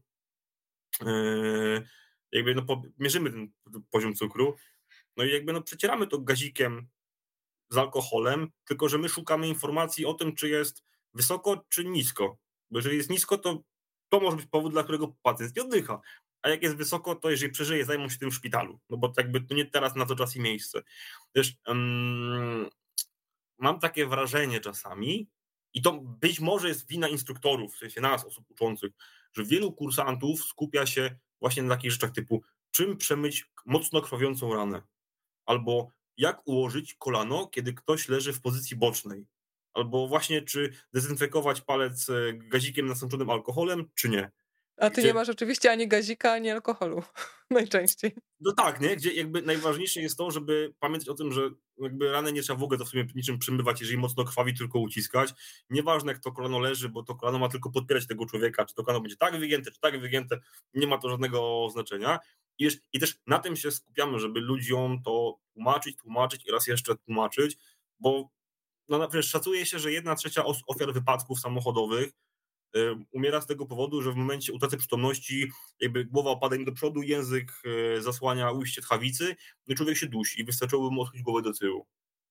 yy, jakby no, mierzymy ten poziom cukru, no i jakby no przecieramy to gazikiem z alkoholem, tylko że my szukamy informacji o tym, czy jest wysoko, czy nisko. Bo jeżeli jest nisko, to to może być powód, dla którego pacjent nie oddycha. A jak jest wysoko, to jeżeli przeżyje, zajmą się tym w szpitalu. No bo jakby to nie teraz na to czas i miejsce. Wiesz, um, mam takie wrażenie czasami, i to być może jest wina instruktorów, w sensie nas, osób uczących, że wielu kursantów skupia się właśnie na takich rzeczach typu czym przemyć mocno krwawiącą ranę, albo jak ułożyć kolano, kiedy ktoś leży w pozycji bocznej, albo właśnie czy dezynfekować palec gazikiem nasączonym alkoholem, czy nie.
A ty nie
Gdzie
masz oczywiście ani gazika, ani alkoholu. Najczęściej.
No tak, nie? Gdzie jakby najważniejsze jest to, żeby pamiętać o tym, że jakby ranę nie trzeba w ogóle to w sumie niczym przymywać, jeżeli mocno krwawi, tylko uciskać. Nieważne, jak to kolano leży, bo to kolano ma tylko podpierać tego człowieka, czy to kolano będzie tak wygięte, czy tak wygięte, nie ma to żadnego znaczenia. I, wiesz, i też na tym się skupiamy, żeby ludziom to tłumaczyć, tłumaczyć i raz jeszcze tłumaczyć, bo no, przecież szacuje się, że jedna trzecia ofiar wypadków samochodowych umiera z tego powodu, że w momencie utraty przytomności jakby głowa opada im do przodu, język zasłania ujście tchawicy, no i człowiek się dusi i wystarczyłoby mu odchylić głowę do tyłu.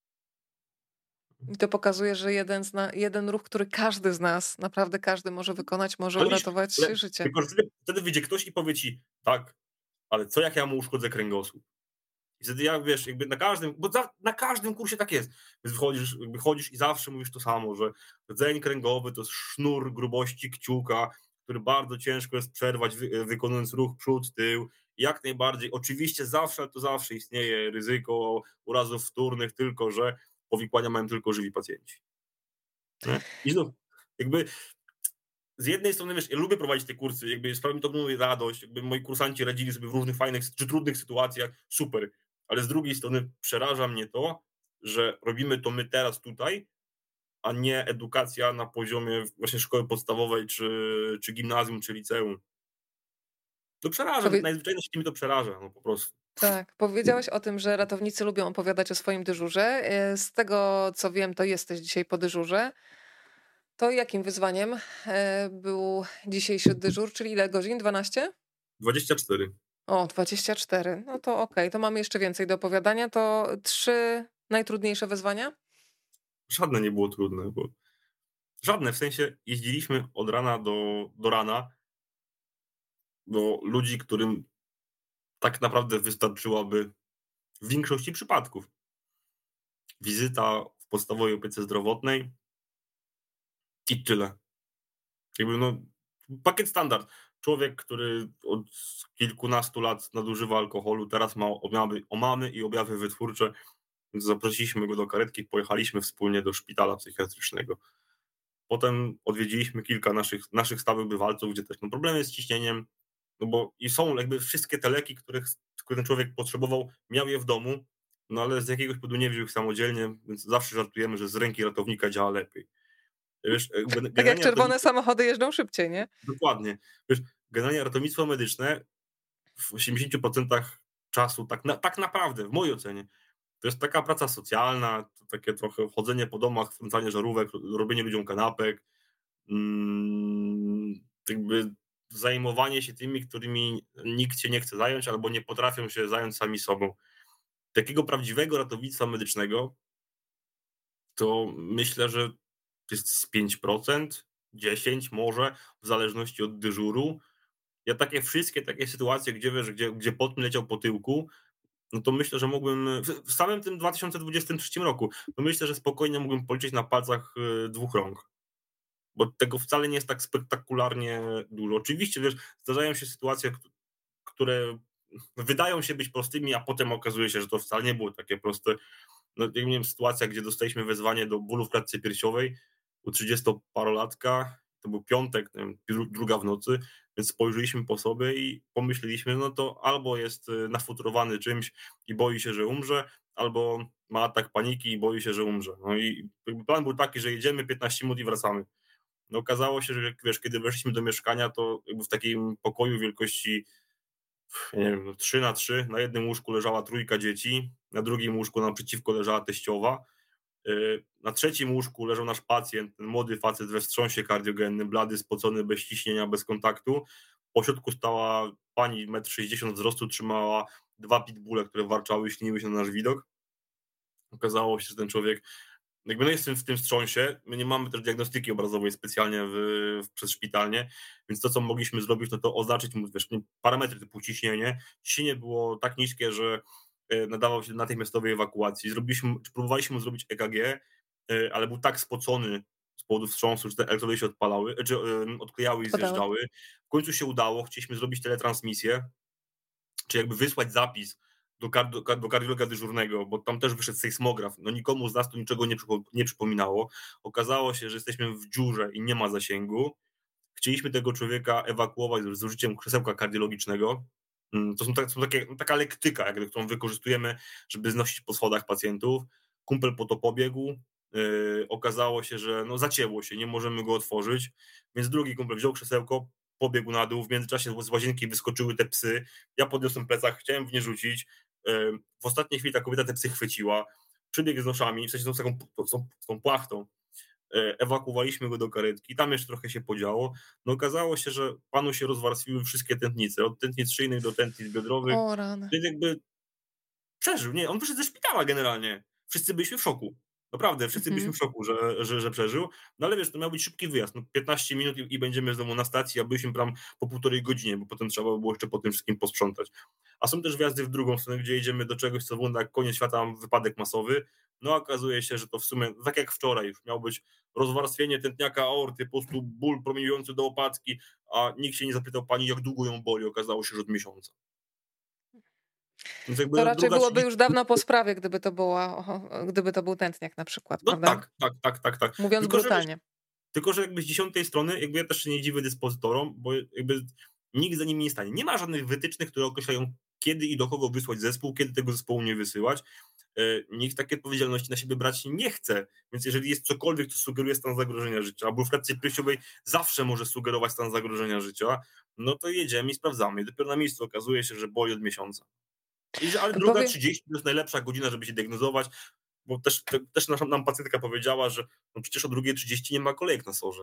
I to pokazuje, że jeden, zna, jeden ruch, który każdy z nas, naprawdę każdy może wykonać, może
Ale
uratować
ale
życie.
tylko wtedy, wtedy wyjdzie ktoś i powie ci, tak, ale co jak ja mu uszkodzę kręgosłup? I wtedy ja, wiesz, jakby na każdym, bo za, na każdym kursie tak jest. Więc wychodzisz, jakby chodzisz i zawsze mówisz to samo, że rdzeń kręgowy to jest sznur grubości kciuka, który bardzo ciężko jest przerwać, wy, wykonując ruch przód, tył. Jak najbardziej, oczywiście zawsze, to zawsze istnieje ryzyko urazów wtórnych, tylko że powikłania mają tylko żywi pacjenci. Nie? I znów, jakby z jednej strony, wiesz, ja lubię prowadzić te kursy, jakby sprawia mi to ogromną radość, jakby moi kursanci radzili sobie w różnych fajnych czy trudnych sytuacjach, super, ale z drugiej strony przeraża mnie to, że robimy to my teraz tutaj, a nie edukacja na poziomie właśnie szkoły podstawowej, czy, czy gimnazjum, czy liceum. To przeraża,
Powie...
najzwyczajniej w świecie mi to przeraża, no po prostu.
Tak, powiedziałeś o tym, że ratownicy lubią opowiadać o swoim dyżurze. Z tego, co wiem, to jesteś dzisiaj po dyżurze. To jakim wyzwaniem był dzisiejszy dyżur, czyli ile godzin? dwanaście?
dwadzieścia cztery.
O, dwadzieścia cztery. No to okej, okay. To mamy jeszcze więcej do opowiadania. To trzy najtrudniejsze wyzwania?
Żadne nie było trudne, bo żadne, w sensie jeździliśmy od rana do, do rana do ludzi, którym tak naprawdę wystarczyłaby w większości przypadków wizyta w podstawowej opiece zdrowotnej i tyle. Jakby no, pakiet standard. Człowiek, który od kilkunastu lat nadużywa alkoholu, teraz ma objawy, omamy i objawy wytwórcze, więc zaprosiliśmy go do karetki, pojechaliśmy wspólnie do szpitala psychiatrycznego. Potem odwiedziliśmy kilka naszych, naszych stałych bywalców, gdzie też no, problemy z ciśnieniem, no bo i są jakby wszystkie te leki, których, które ten człowiek potrzebował, miał je w domu, no ale z jakiegoś powodu nie wziął ich samodzielnie, więc zawsze żartujemy, że z ręki ratownika działa lepiej. Wiesz,
Tak jak
generalnie
czerwone
ratownictwo,
samochody jeżdżą szybciej, nie?
dokładnie, wiesz, generalnie ratownictwo medyczne w osiemdziesięciu procentach czasu, tak, na, tak naprawdę, w mojej ocenie, to jest taka praca socjalna, to takie trochę chodzenie po domach, wkręcanie żarówek, robienie ludziom kanapek, mm, jakby zajmowanie się tymi, którymi nikt się nie chce zająć albo nie potrafią się zająć sami sobą. Takiego prawdziwego ratownictwa medycznego to myślę, że to jest z pięć procent, dziesięć może, w zależności od dyżuru. Ja takie wszystkie takie sytuacje, gdzie wiesz, gdzie, gdzie pot mi leciał po tyłku, no to myślę, że mógłbym w w samym tym dwa tysiące dwudziestym trzecim roku, to myślę, że spokojnie mógłbym policzyć na palcach y, dwóch rąk, bo tego wcale nie jest tak spektakularnie dużo. Oczywiście, wiesz, zdarzają się sytuacje, k- które wydają się być prostymi, a potem okazuje się, że to wcale nie było takie proste. No, jak nie wiem, sytuacja, gdzie dostaliśmy wezwanie do bólu w klatce piersiowej u trzydziestoparolatka, to był piątek, nie wiem, dru- druga w nocy, więc spojrzeliśmy po sobie i pomyśleliśmy, no to albo jest y, nafutrowany czymś i boi się, że umrze, albo ma atak paniki i boi się, że umrze. No i jakby plan był taki, że jedziemy piętnaście minut i wracamy. No okazało się, że wiesz, kiedy weszliśmy do mieszkania, to jakby w takim pokoju wielkości, nie wiem, no trzy na trzy, na jednym łóżku leżała trójka dzieci, na drugim łóżku naprzeciwko leżała teściowa, yy, na trzecim łóżku leżał nasz pacjent, ten młody facet we wstrząsie kardiogennym, blady, spocony, bez ciśnienia, bez kontaktu. Po środku stała pani metr sześćdziesiąt wzrostu, trzymała dwa pitbulle, które warczały i śniły się na nasz widok. Okazało się, że ten człowiek, jakby no jestem w tym wstrząsie, my nie mamy też diagnostyki obrazowej specjalnie w, w, przez szpitalnie, więc to, co mogliśmy zrobić, no to oznaczyć mu, wiesz, parametry typu ciśnienie. Ciśnienie było tak niskie, że e, nadawał się do natychmiastowej ewakuacji. Zrobiliśmy, próbowaliśmy mu zrobić E K G, e, ale był tak spocony z powodu wstrząsu, że te elektrody się odpalały, czy e, odklejały i
Odpadały.
zjeżdżały. W końcu się udało, chcieliśmy zrobić teletransmisję, czy jakby wysłać zapis do, kard- do kardiologa dyżurnego, bo tam też wyszedł sejsmograf. No nikomu z nas to niczego nie, przypo- nie przypominało. Okazało się, że jesteśmy w dziurze i nie ma zasięgu. Chcieliśmy tego człowieka ewakuować z użyciem krzesełka kardiologicznego. Mm, To są, tak, są takie, taka lektyka, jakby, którą wykorzystujemy, żeby znosić po schodach pacjentów. Kumpel po to pobiegł. Yy, okazało się, że no, zacięło się, nie możemy go otworzyć, więc drugi kumpel wziął krzesełko, pobiegł na dół. W międzyczasie z łazienki wyskoczyły te psy. Ja podniosłem plecak, chciałem w nie rzucić. Yy, w ostatniej chwili ta kobieta te psy chwyciła. Przybiegł z noszami, w sensie tą, taką, tą, tą płachtą. Ewakuowaliśmy go do karetki, tam jeszcze trochę się podziało. No okazało się, że panu się rozwarstwiły wszystkie tętnice, od tętnic szyjnych do tętnic biodrowych,
O rany.
więc jakby przeżył, nie, on wyszedł ze szpitala generalnie. Wszyscy byliśmy w szoku. Naprawdę, wszyscy byliśmy
Mhm.
w szoku, że, że, że przeżył. No ale wiesz, to miał być szybki wyjazd. No piętnaście minut i, i będziemy znowu na stacji, a byliśmy tam po półtorej godzinie, bo potem trzeba było jeszcze po tym wszystkim posprzątać. A są też wjazdy w drugą stronę, gdzie jedziemy do czegoś, co wygląda jak koniec świata, wypadek masowy. No okazuje się, że to w sumie, tak jak wczoraj, już miał być rozwarstwienie tętniaka aorty, po prostu ból promieniujący do łopatki, a nikt się nie zapytał pani, jak długo ją boli. Okazało się, że od miesiąca. Więc
To
jakby
raczej
druga
byłoby
trzydzieści.
już dawno po sprawie, gdyby to była, gdyby to był tętniak na przykład,
No
prawda?
tak, tak, tak, tak, tak.
Mówiąc
Tylko, że wiesz,
brutalnie.
tylko, że jakby z dziesiątej strony, jakby ja też się nie dziwię dyspozytorom, bo jakby nikt za nimi nie stanie. Nie ma żadnych wytycznych, które określają, kiedy i do kogo wysłać zespół, kiedy tego zespołu nie wysyłać. E, Nikt takiej odpowiedzialności na siebie brać nie chce. Więc jeżeli jest cokolwiek, co sugeruje stan zagrożenia życia, a ból w klatce piersiowej zawsze może sugerować stan zagrożenia życia, no to jedziemy i sprawdzamy. I dopiero na miejscu okazuje się, że boli od miesiąca. I że, ale druga
Powie,
trzydzieści to jest najlepsza godzina, żeby się diagnozować, bo też, te, też nasza, nam pacjentka powiedziała, że no przecież o drugiej trzydzieści nie ma kolejek na sorze.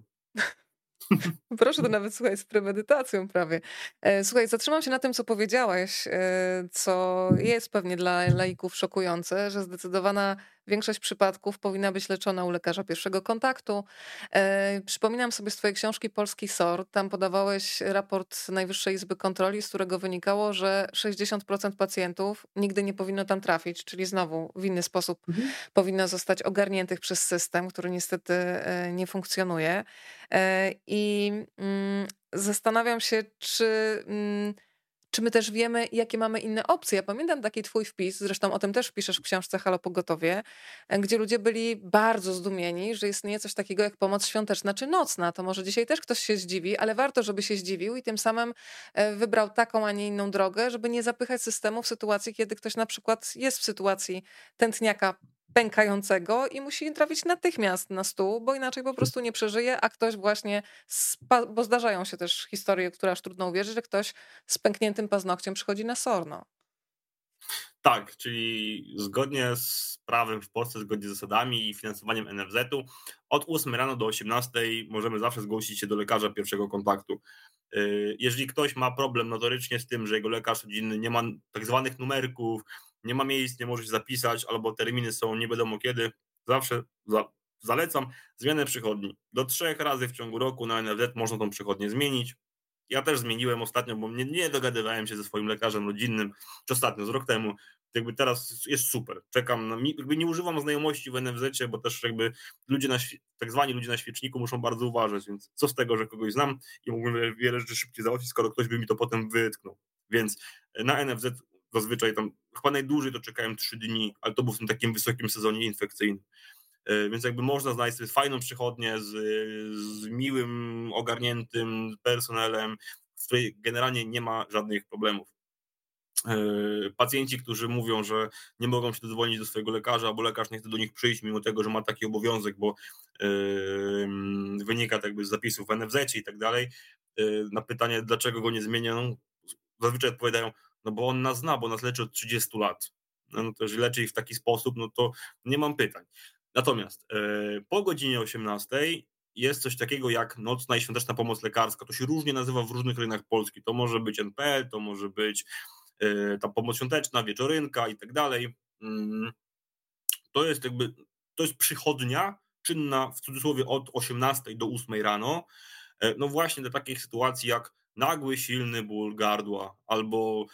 Proszę, to nawet, słuchaj, z premedytacją prawie. E, Słuchaj, zatrzymam się na tym, co powiedziałeś, e, co jest pewnie dla laików szokujące, że zdecydowana większość przypadków powinna być leczona u lekarza pierwszego kontaktu. E, Przypominam sobie z twojej książki Polski S O R, tam podawałeś raport Najwyższej Izby Kontroli, z którego wynikało, że sześćdziesiąt procent pacjentów nigdy nie powinno tam trafić, czyli znowu w inny sposób
Mhm.
powinno zostać ogarniętych przez system, który niestety e, nie funkcjonuje. E, I mm, zastanawiam się, czy, mm, czy my też wiemy, jakie mamy inne opcje. Ja pamiętam taki twój wpis, zresztą o tym też piszesz w książce Halo Pogotowie, e, gdzie ludzie byli bardzo zdumieni, że istnieje coś takiego jak pomoc świąteczna czy nocna. To może dzisiaj też ktoś się zdziwi, ale warto, żeby się zdziwił i tym samym e, wybrał taką, a nie inną drogę, żeby nie zapychać systemu w sytuacji, kiedy ktoś na przykład jest w sytuacji tętniaka pękającego i musi trafić natychmiast na stół, bo inaczej po prostu nie przeżyje, a ktoś właśnie, spa- bo zdarzają się też historie, które aż trudno uwierzyć, że ktoś z pękniętym paznokciem przychodzi na sorno.
Tak, czyli zgodnie z prawem w Polsce, zgodnie z zasadami i finansowaniem en ef zetu, od ósmej rano do osiemnastej możemy zawsze zgłosić się do lekarza pierwszego kontaktu. Yy, Jeżeli ktoś ma problem notorycznie z tym, że jego lekarz rodzinny nie ma tak zwanych numerków, nie ma miejsc, nie może się zapisać, albo terminy są nie wiadomo kiedy, zawsze za, zalecam zmianę przychodni. Do trzech razy w ciągu roku na en ef zet można tą przychodnię zmienić. Ja też zmieniłem ostatnio, bo nie, nie dogadywałem się ze swoim lekarzem rodzinnym, czy ostatnio, z rok temu. Jakby teraz jest super. Czekam na, jakby nie używam znajomości w en ef zecie, bo też jakby ludzie na, tak zwani ludzie na świeczniku muszą bardzo uważać, więc co z tego, że kogoś znam i mógłbym wiele rzeczy szybciej załatwić, skoro ktoś by mi to potem wytknął. Więc na en ef zet zazwyczaj tam, chyba najdłużej to czekałem trzy dni, ale to był w tym takim wysokim sezonie infekcyjnym. Więc jakby można znaleźć sobie fajną przychodnię z, z miłym, ogarniętym personelem, w której generalnie nie ma żadnych problemów. Pacjenci, którzy mówią, że nie mogą się dodzwonić do swojego lekarza, bo lekarz nie chce do nich przyjść, mimo tego, że ma taki obowiązek, bo yy, wynika tak jakby z zapisów w en ef zecie i tak dalej, yy, na pytanie, dlaczego go nie zmienią, zazwyczaj odpowiadają, no bo on nas zna, bo nas leczy od trzydziestu lat. No to jeżeli leczy ich w taki sposób, no to nie mam pytań. Natomiast yy, po godzinie osiemnastej jest coś takiego jak nocna i świąteczna pomoc lekarska. To się różnie nazywa w różnych rejonach Polski. To może być en pe el, to może być ta pomoc świąteczna, wieczorynka i tak dalej. To jest jakby, to jest przychodnia czynna w cudzysłowie od osiemnastej do ósmej rano. No właśnie do takich sytuacji jak nagły, silny ból gardła albo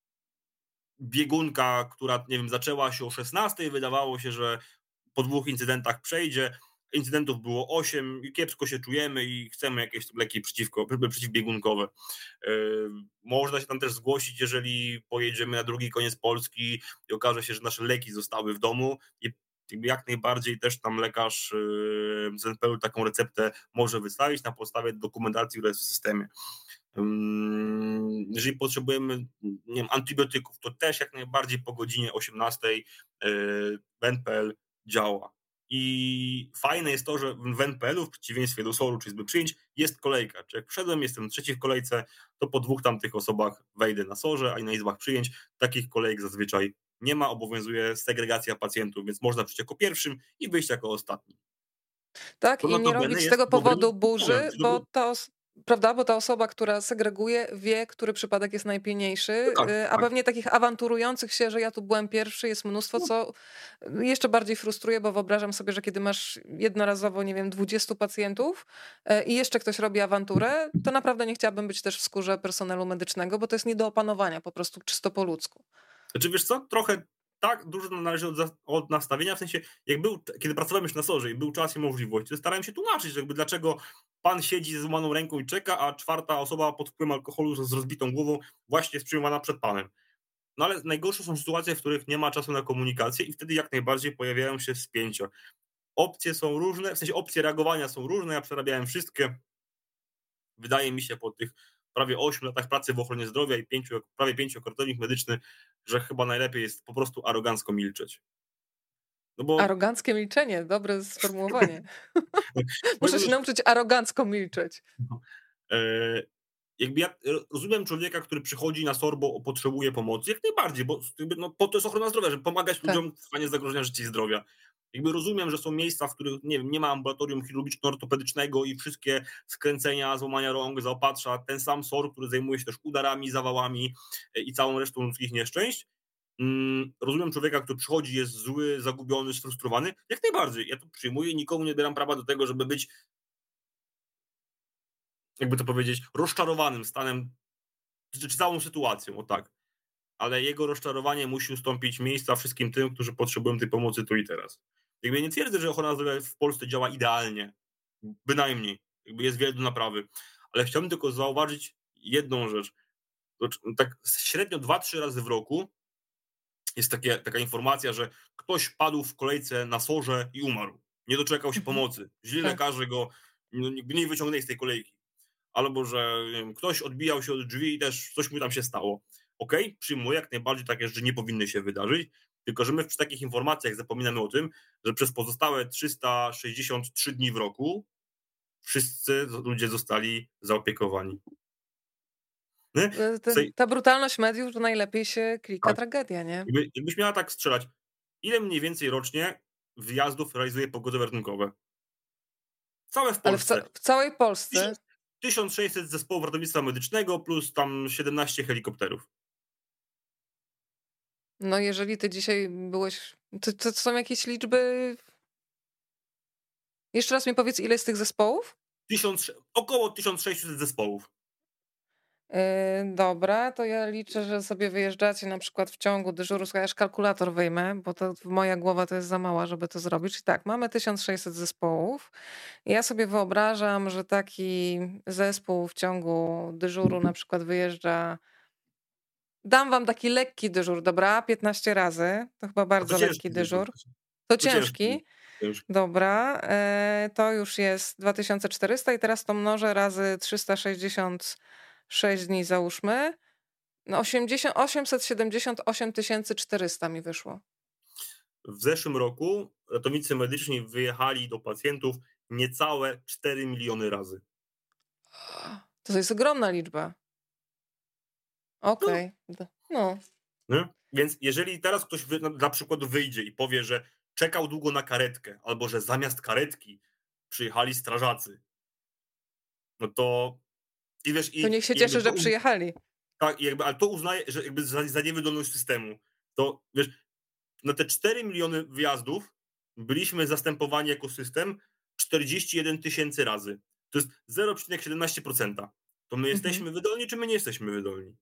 biegunka, która, nie wiem, zaczęła się o szesnastej, wydawało się, że po dwóch incydentach przejdzie. Incydentów było osiem i kiepsko się czujemy i chcemy jakieś leki przeciwko, przeciwbiegunkowe. Można się tam też zgłosić, jeżeli pojedziemy na drugi koniec Polski i okaże się, że nasze leki zostały w domu i jak najbardziej też tam lekarz z en pe el taką receptę może wystawić na podstawie dokumentacji, która jest w systemie. Jeżeli potrzebujemy, nie wiem, antybiotyków, to też jak najbardziej po godzinie osiemnastej en pe el działa. I fajne jest to, że w en pe el u, w przeciwieństwie do soru czy izby przyjęć, jest kolejka. Czy jak wszedłem, jestem trzeci w kolejce, to po dwóch tamtych osobach wejdę na sorze, a i na izbach przyjęć takich kolejek zazwyczaj nie ma, obowiązuje segregacja pacjentów, więc można przyjść jako pierwszym i wyjść jako ostatni.
Tak,
To
i nie
notabene
robić z
jest
tego
dobrym
powodu
symptomem,
burzy,
czy
bo
dobrym...
ta, os- prawda, bo ta osoba, która segreguje, wie, który przypadek jest najpilniejszy,
No tak,
y, a
tak.
pewnie takich awanturujących się, że ja tu byłem pierwszy, jest mnóstwo, co jeszcze bardziej frustruje, bo wyobrażam sobie, że kiedy masz jednorazowo, nie wiem, dwudziestu pacjentów y, i jeszcze ktoś robi awanturę, to naprawdę nie chciałabym być też w skórze personelu medycznego, bo to jest nie do opanowania, po prostu czysto po ludzku.
Znaczy, wiesz co, trochę tak, dużo należy od, za- od nastawienia, w sensie, jak był, kiedy pracowałem już na sorze i był czas i możliwość, to starałem się tłumaczyć, jakby dlaczego pan siedzi z złamaną ręką i czeka, a czwarta osoba pod wpływem alkoholu z rozbitą głową właśnie jest przyjmowana przed panem. No ale najgorsze są sytuacje, w których nie ma czasu na komunikację i wtedy jak najbardziej pojawiają się spięcia. Opcje są różne, w sensie opcje reagowania są różne, ja przerabiałem wszystkie. Wydaje mi się po tych prawie ośmiu latach pracy w ochronie zdrowia i pięciu, prawie pięciokrotownik medyczny, że chyba najlepiej jest po prostu arogancko milczeć. No bo
Aroganckie milczenie, dobre sformułowanie. Muszę się
powiem,
nauczyć arogancko milczeć.
e, jakby ja rozumiem człowieka, który przychodzi na SOR, bo potrzebuje pomocy, jak najbardziej, bo jakby, no, po to jest ochrona zdrowia, żeby pomagać
Tak.
ludziom w stanie zagrożenia życia i zdrowia. Jakby rozumiem, że są miejsca, w których nie wiem, nie ma ambulatorium chirurgiczno-ortopedycznego i wszystkie skręcenia, złamania rąk zaopatrza ten sam SOR, który zajmuje się też udarami, zawałami e, i całą resztą ludzkich nieszczęść. Mm, rozumiem człowieka, który przychodzi, jest zły, zagubiony, sfrustrowany. Jak najbardziej. Ja to przyjmuję, nikomu nie odbieram prawa do tego, żeby być, jakby to powiedzieć, rozczarowanym stanem, czy, czy całą sytuacją, o tak. Ale jego rozczarowanie musi ustąpić miejsca wszystkim tym, którzy potrzebują tej pomocy tu i teraz. Jakby nie twierdzę, że ochrona zdrowia w Polsce działa idealnie. Bynajmniej. Jakby jest wiele do naprawy. Ale chciałbym tylko zauważyć jedną rzecz. tak średnio dwa trzy razy w roku jest takie, taka informacja, że ktoś padł w kolejce na sorze i umarł. Nie doczekał się
Mhm.
pomocy. Źli
Tak.
lekarze go no, nie wyciągnęli z tej kolejki. Albo, że nie wiem, ktoś odbijał się od drzwi i też coś mu tam się stało. Okej, okay, przyjmuję, jak najbardziej takie rzeczy nie powinny się wydarzyć, tylko że my przy takich informacjach zapominamy o tym, że przez pozostałe trzysta sześćdziesiąt trzy dni w roku wszyscy ludzie zostali zaopiekowani.
E, ta brutalność mediów, że najlepiej się klika
Tak.
tragedia, nie?
Jakby, jakbyś miała tak strzelać, ile mniej więcej rocznie wyjazdów realizuje pogody ratunkowe? Całe w
Ale w,
Polsce.
ca- w całej Polsce?
tysiąc sześćset zespołów ratownictwa medycznego plus tam siedemnaście helikopterów.
No jeżeli ty dzisiaj byłeś... To, to są jakieś liczby... Jeszcze raz mi powiedz, ile jest tych zespołów?
Tysiąc, około tysiąc sześćset zespołów.
Yy, dobra, to ja liczę, że sobie wyjeżdżacie na przykład w ciągu dyżuru, ja aż kalkulator wyjmę, bo to moja głowa to jest za mała, żeby to zrobić. I tak, mamy tysiąc sześćset zespołów. Ja sobie wyobrażam, że taki zespół w ciągu dyżuru na przykład wyjeżdża. Dam wam taki lekki dyżur, dobra? piętnaście razy. To chyba bardzo lekki dyżur. To, to ciężki. ciężki. ciężki. Dobra, e, to już jest dwa tysiące czterysta i teraz to mnożę razy trzysta sześćdziesiąt sześć dni załóżmy. No osiemdziesiąt, osiemset siedemdziesiąt osiem tysięcy czterysta mi wyszło.
W zeszłym roku ratownicy medyczni wyjechali do pacjentów niecałe cztery miliony razy.
To jest ogromna liczba. Okej. Okay. No.
no. Więc jeżeli teraz ktoś wy, na przykład wyjdzie i powie, że czekał długo na karetkę, albo że zamiast karetki przyjechali strażacy, no to i wiesz, i
to niech się cieszy, że przyjechali.
Tak, jakby, ale to uznaje, że jakby za, za niewydolność systemu. To wiesz, na te cztery miliony wyjazdów byliśmy zastępowani jako system czterdzieści jeden tysięcy razy. To jest zero przecinek siedemnaście procent. To my jesteśmy mhm. wydolni, czy my nie jesteśmy wydolni?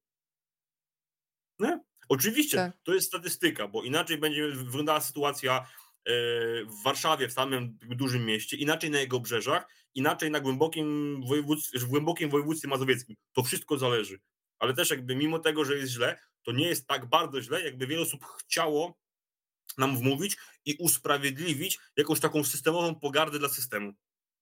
Nie? Oczywiście, tak. To jest statystyka, bo inaczej będzie wyglądała sytuacja w Warszawie, w samym dużym mieście, inaczej na jego obrzeżach, inaczej na głębokim województwie, w głębokim województwie mazowieckim. To wszystko zależy. Ale też jakby mimo tego, że jest źle, to nie jest tak bardzo źle, jakby wiele osób chciało nam wmówić i usprawiedliwić jakąś taką systemową pogardę dla systemu.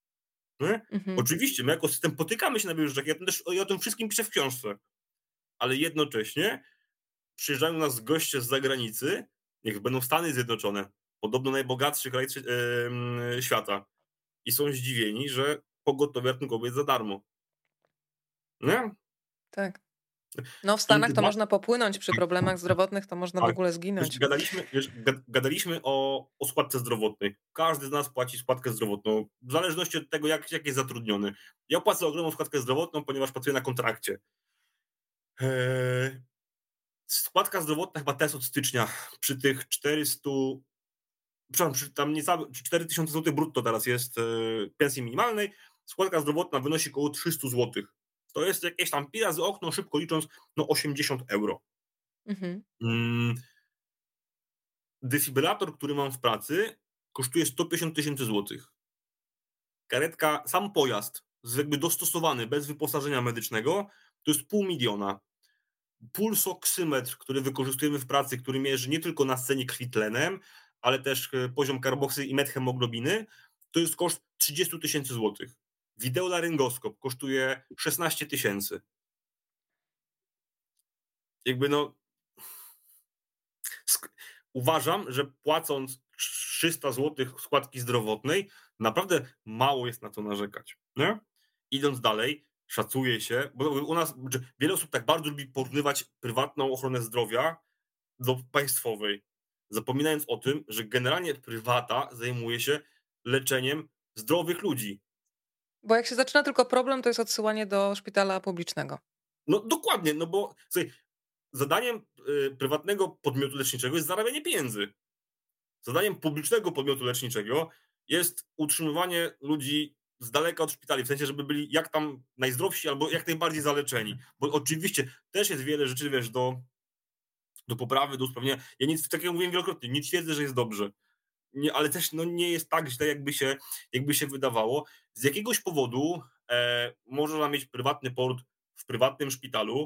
Mhm. Oczywiście, my jako system potykamy się na wielu rzeczach, ja, też, ja o tym wszystkim piszę w książce, ale jednocześnie przyjeżdżają do nas goście z zagranicy, niech będą Stany Zjednoczone, podobno najbogatszy kraj yy, świata, i są zdziwieni, że pogotowie ratunkowe jest za darmo. Nie?
Tak. No w Stanach to można popłynąć przy problemach zdrowotnych, to można tak. w ogóle zginąć.
Wiesz, gadaliśmy, wiesz, gadaliśmy o, o składce zdrowotnej. Każdy z nas płaci składkę zdrowotną, w zależności od tego, jak, jak jest zatrudniony. Ja płacę ogromną składkę zdrowotną, ponieważ pracuję na kontrakcie. Eee, składka zdrowotna chyba też od stycznia przy tych czterysta, przepraszam, przy tam niecałe cztery tysiące złotych brutto teraz jest e, pensji minimalnej, składka zdrowotna wynosi około trzysta złotych. To jest jakieś tam pi razy okno, szybko licząc, no osiemdziesiąt euro. Mhm. Mm, defibrylator, który mam w pracy, kosztuje sto pięćdziesiąt tysięcy złotych. Karetka, sam pojazd, jakby dostosowany, bez wyposażenia medycznego, to jest pół miliona. Pulsoksymetr, który wykorzystujemy w pracy, który mierzy nie tylko nascenie krwi tlenem, ale też poziom karboksy i methemoglobiny, to jest koszt trzydzieści tysięcy złotych. Wideolaryngoskop kosztuje szesnaście tysięcy. Jakby no... Uważam, że płacąc trzysta złotych składki zdrowotnej, naprawdę mało jest na to narzekać. Nie? Idąc dalej, szacuje się, bo u nas wiele osób tak bardzo lubi porównywać prywatną ochronę zdrowia do państwowej, zapominając o tym, że generalnie prywata zajmuje się leczeniem zdrowych ludzi.
Bo jak się zaczyna tylko problem, to jest odsyłanie do szpitala publicznego.
No dokładnie, no bo słuchaj, zadaniem y, prywatnego podmiotu leczniczego jest zarabianie pieniędzy. Zadaniem publicznego podmiotu leczniczego jest utrzymywanie ludzi z daleka od szpitali, w sensie, żeby byli jak tam najzdrowsi albo jak najbardziej zaleczeni. Bo oczywiście też jest wiele rzeczy, wiesz, do, do poprawy, do usprawnienia. Ja nic, tak jak mówiłem wielokrotnie, nie twierdzę, że jest dobrze. Nie, ale też no, nie jest tak źle, jakby się, jakby się wydawało. Z jakiegoś powodu e, można mieć prywatny port w prywatnym szpitalu,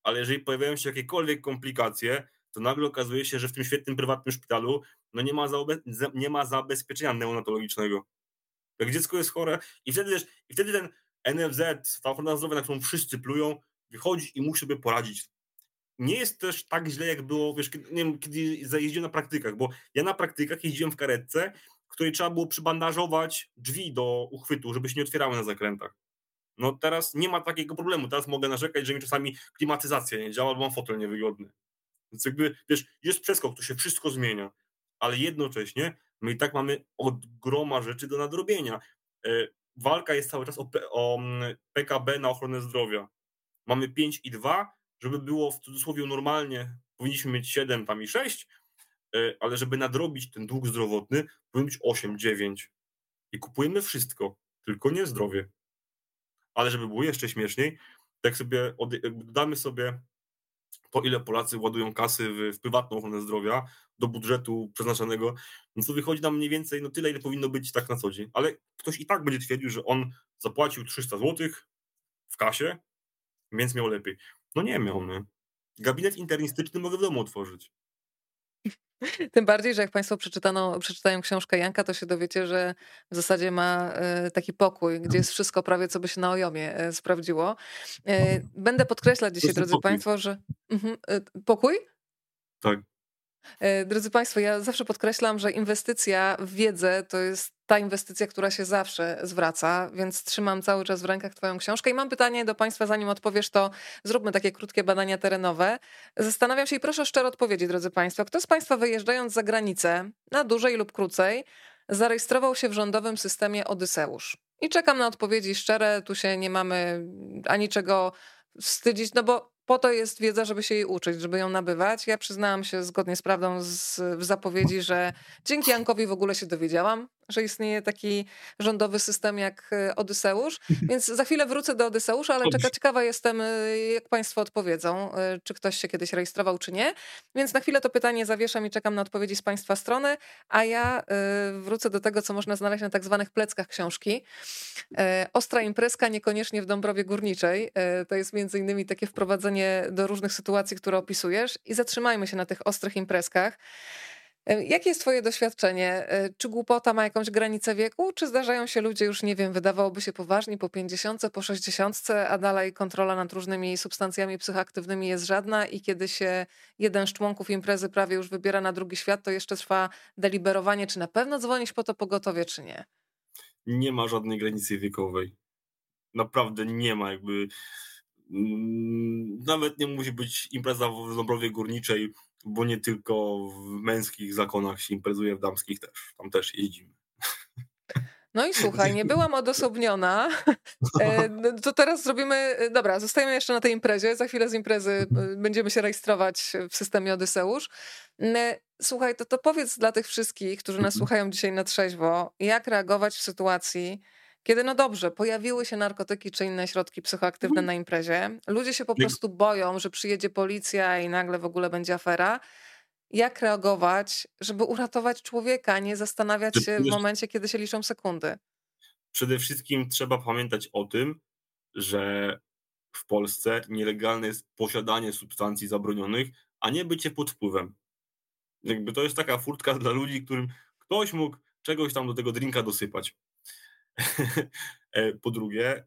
ale jeżeli pojawiają się jakiekolwiek komplikacje, to nagle okazuje się, że w tym świetnym prywatnym szpitalu no nie ma, zaobe- nie ma zabezpieczenia neonatologicznego. Jak dziecko jest chore i wtedy, wiesz, i wtedy ten N F Z, ta ochrona zdrowia, na którą wszyscy plują, wychodzi i musi sobie poradzić. Nie jest też tak źle, jak było, wiesz, kiedy, nie wiem, kiedy jeździłem na praktykach, bo ja na praktykach jeździłem w karetce, w której trzeba było przybandażować drzwi do uchwytu, żeby się nie otwierały na zakrętach. No teraz nie ma takiego problemu. Teraz mogę narzekać, że mi czasami klimatyzacja nie działa, albo mam fotel niewygodny. Więc jakby, wiesz, jest przeskok, tu się wszystko zmienia, ale jednocześnie my i tak mamy od groma rzeczy do nadrobienia. E, Walka jest cały czas o, P- o mm, P K B na ochronę zdrowia. Mamy pięć i dwa, żeby było w cudzysłowie normalnie, powinniśmy mieć siedem tam i sześć, e, ale żeby nadrobić ten dług zdrowotny, powinien być osiem, dziewięć. I kupujemy wszystko, tylko nie zdrowie. Ale żeby było jeszcze śmieszniej, tak sobie od, jakby dodamy sobie to, ile Polacy ładują kasy w, w prywatną ochronę zdrowia do budżetu przeznaczonego, no to wychodzi nam mniej więcej no tyle, ile powinno być tak na co dzień. Ale ktoś i tak będzie twierdził, że on zapłacił trzysta złotych w kasie, więc miał lepiej. No nie miał, nie. Gabinet internistyczny mogę w domu otworzyć.
Tym bardziej, że jak Państwo przeczytano, przeczytają książkę Janka, to się dowiecie, że w zasadzie ma e, taki pokój, gdzie jest wszystko prawie, co by się na Ojomie e, sprawdziło. E, Będę podkreślać
To
dzisiaj,
jest ten
drodzy
pokój.
Państwo, że... Mhm, e, pokój?
Tak.
E, Drodzy Państwo, ja zawsze podkreślam, że inwestycja w wiedzę to jest ta inwestycja, która się zawsze zwraca, więc trzymam cały czas w rękach Twoją książkę i mam pytanie do Państwa, zanim odpowiesz, to zróbmy takie krótkie badania terenowe. Zastanawiam się i proszę o szczere odpowiedzi, drodzy Państwo. Kto z Państwa wyjeżdżając za granicę, na dłużej lub krócej, zarejestrował się w rządowym systemie Odyseusz? I czekam na odpowiedzi szczere, tu się nie mamy ani czego wstydzić, no bo po to jest wiedza, żeby się jej uczyć, żeby ją nabywać. Ja przyznałam się zgodnie z prawdą z, w zapowiedzi, że dzięki Jankowi w ogóle się dowiedziałam, że istnieje taki rządowy system jak e, Odyseusz, więc za chwilę wrócę do Odyseusza, ale czeka,
Dobrze.
ciekawa jestem, e, jak Państwo odpowiedzą, e, czy ktoś się kiedyś rejestrował, czy nie. Więc na chwilę to pytanie zawieszam i czekam na odpowiedzi z Państwa strony, a ja e, wrócę do tego, co można znaleźć na tak zwanych pleckach książki. E, Ostra imprezka, niekoniecznie w Dąbrowie Górniczej. E, To jest między innymi takie wprowadzenie do różnych sytuacji, które opisujesz i zatrzymajmy się na tych ostrych imprezkach. E, Jakie jest twoje doświadczenie? E, Czy głupota ma jakąś granicę wieku? Czy zdarzają się ludzie już, nie wiem, wydawałoby się poważni po pięćdziesiątce, po sześćdziesiątce, a dalej kontrola nad różnymi substancjami psychoaktywnymi jest żadna i kiedy się jeden z członków imprezy prawie już wybiera na drugi świat, to jeszcze trwa deliberowanie, czy na pewno dzwonić po to pogotowie, czy nie?
Nie ma żadnej granicy wiekowej. Naprawdę nie ma, jakby mm, nawet nie musi być impreza w Dąbrowie Górniczej, bo nie tylko w męskich zakonach się imprezuje, w damskich też. Tam też jeździmy.
No i słuchaj, nie byłam odosobniona. E, no to teraz zrobimy. e, Dobra, zostajemy jeszcze na tej imprezie. Za chwilę z imprezy e, będziemy się rejestrować w systemie Odyseusz. E, Słuchaj, to, to powiedz dla tych wszystkich, którzy nas słuchają dzisiaj na trzeźwo, jak reagować w sytuacji, kiedy, no dobrze, pojawiły się narkotyki czy inne środki psychoaktywne na imprezie. Ludzie się po prostu boją, że przyjedzie policja i nagle w ogóle będzie afera. Jak reagować, żeby uratować człowieka, a nie zastanawiać się w momencie, kiedy się liczą sekundy?
Przede wszystkim trzeba pamiętać o tym, że w Polsce nielegalne jest posiadanie substancji zabronionych, a nie bycie pod wpływem. Jakby to jest taka furtka dla ludzi, którym ktoś mógł czegoś tam do tego drinka dosypać. E, Po drugie,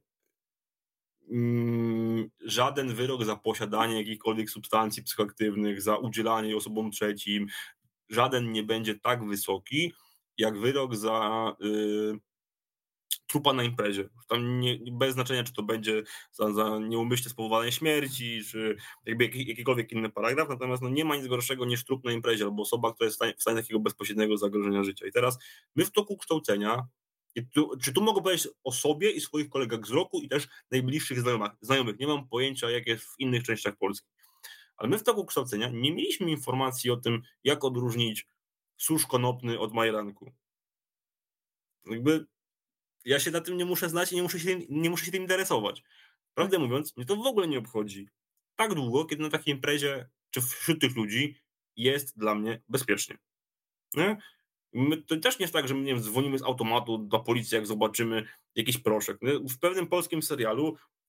mm, żaden wyrok za posiadanie jakichkolwiek substancji psychoaktywnych, za udzielanie jej osobom trzecim, żaden nie będzie tak wysoki, jak wyrok za y, trupa na imprezie. Tam nie, bez znaczenia, czy to będzie za, za nieumyślne spowodowanie śmierci, czy jakby jaki, jakikolwiek inny paragraf, natomiast no nie ma nic gorszego niż trup na imprezie, albo osoba, która jest w stanie, w stanie takiego bezpośredniego zagrożenia życia. I teraz my w toku kształcenia, i tu, czy tu mogę powiedzieć o sobie i swoich kolegach z roku i też najbliższych znajomych, znajomych. Nie mam pojęcia, jak jest w innych częściach Polski. Ale my w toku kształcenia nie mieliśmy informacji o tym, jak odróżnić susz konopny od majeranku. Jakby ja się na tym nie muszę znać i nie muszę się, nie muszę się tym interesować. Prawdę mówiąc, mnie to w ogóle nie obchodzi. Tak długo, kiedy na takiej imprezie, czy wśród tych ludzi jest dla mnie bezpiecznie. Nie? My, to też nie jest tak, że my nie wiem, dzwonimy z automatu do policji, jak zobaczymy jakiś proszek. Nie? W pewnym polskim serialu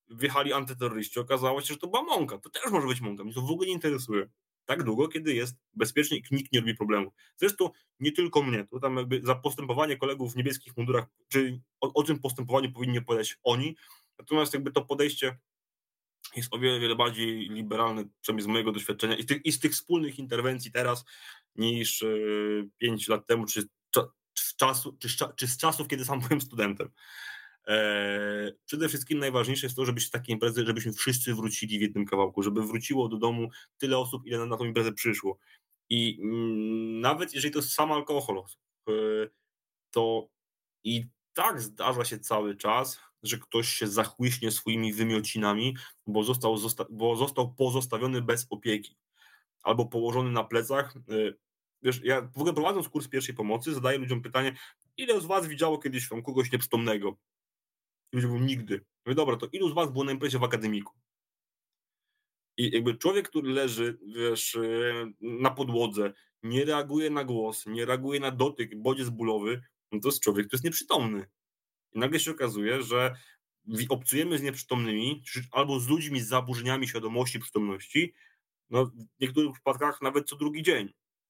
wjechali antyterroryści, okazało się, że to była mąka. To też może być mąka, mnie to w ogóle nie interesuje. Tak długo, kiedy jest bezpiecznie i nikt nie robi problemu. Zresztą nie tylko mnie, to tam jakby za postępowanie kolegów w niebieskich mundurach, czy o, o tym postępowaniu powinni opowiadać oni, natomiast jakby to podejście jest o wiele, wiele bardziej liberalne, przynajmniej z mojego doświadczenia i, ty, i z tych wspólnych interwencji teraz niż yy, pięć lat temu, czy, czy, z czasu, czy, czy z czasów, kiedy sam byłem studentem. Eee, przede wszystkim najważniejsze jest to, żeby się takie imprezy, żebyśmy wszyscy wrócili w jednym kawałku, żeby wróciło do domu tyle osób, ile na, na tą imprezę przyszło. I mm, nawet jeżeli to jest sam alkohol, yy, to i tak zdarza się cały czas, że ktoś się zachłyśnie swoimi wymiocinami, bo został, zosta- bo został pozostawiony bez opieki albo położony na plecach. Yy, Wiesz, ja w ogóle prowadząc kurs pierwszej pomocy zadaję ludziom pytanie, ile z was widziało kiedyś tam kogoś nieprzytomnego? I ludzie mówią, nigdy. Mówię, dobra, to ilu z was było na imprezie w akademiku? I jakby człowiek, który leży, wiesz, yy, na podłodze, nie reaguje na głos, nie reaguje na dotyk, bodziec bólowy, no to jest człowiek, który jest nieprzytomny. I nagle się okazuje, że obcujemy z nieprzytomnymi, czy albo z ludźmi z zaburzeniami świadomości, przytomności, no w niektórych przypadkach nawet co drugi dzień.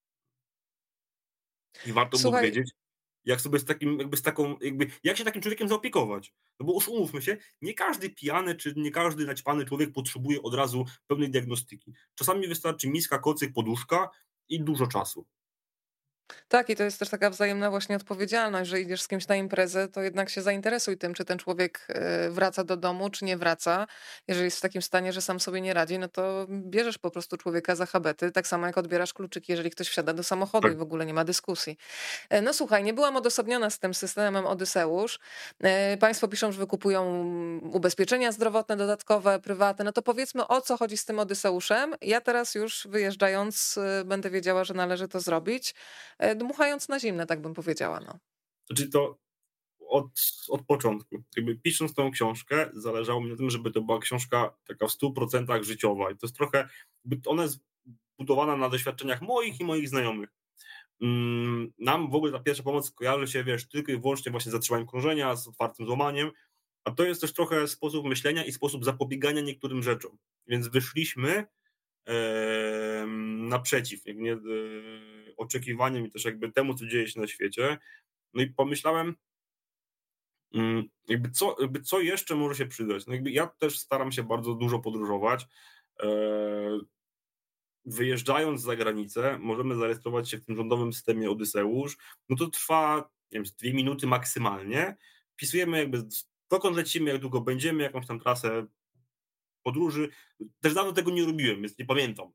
I warto było
Słuchaj,
wiedzieć, jak sobie z takim, jakby z taką, jakby, jak się takim człowiekiem zaopiekować. No bo już umówmy się, nie każdy pijany, czy nie każdy naćpany człowiek potrzebuje od razu pełnej diagnostyki. Czasami wystarczy miska, kocyk, poduszka i dużo czasu.
tak, i to jest też taka wzajemna właśnie odpowiedzialność, że idziesz z kimś na imprezę, to jednak się zainteresuj tym, czy ten człowiek e, wraca do domu, czy nie wraca. Jeżeli jest w takim stanie, że sam sobie nie radzi, no to bierzesz po prostu człowieka za habety, tak samo jak odbierasz kluczyki, jeżeli ktoś wsiada do samochodu i
Tak.
w ogóle nie ma dyskusji. E, No słuchaj, nie byłam odosobniona z tym systemem Odyseusz. E, Państwo piszą, że wykupują ubezpieczenia zdrowotne dodatkowe, prywatne. No to powiedzmy, o co chodzi z tym Odyseuszem. Ja teraz już wyjeżdżając e, będę wiedziała, że należy to zrobić. E, Dmuchając na zimne, tak bym powiedziała. No.
Znaczy to od, od początku. Jakby pisząc tą książkę, zależało mi na tym, żeby to była książka taka w stu procentach życiowa. I to jest trochę, ona jest budowana na doświadczeniach moich i moich znajomych. Nam w ogóle ta pierwsza pomoc kojarzy się, wiesz, tylko i wyłącznie właśnie z zatrzymaniem krążenia, z otwartym złamaniem, a to jest też trochę sposób myślenia i sposób zapobiegania niektórym rzeczom. Więc wyszliśmy e, naprzeciw jakby, e, oczekiwaniom i też jakby temu, co dzieje się na świecie. No i pomyślałem, jakby co, jakby co jeszcze może się przydać. No jakby ja też staram się bardzo dużo podróżować. E, wyjeżdżając za granicę, możemy zarejestrować się w tym rządowym systemie Odyseusz. No to trwa, nie wiem, dwie minuty maksymalnie. Wpisujemy jakby dokąd lecimy, jak długo będziemy, jakąś tam trasę podróży. Też dawno tego nie robiłem, więc nie pamiętam.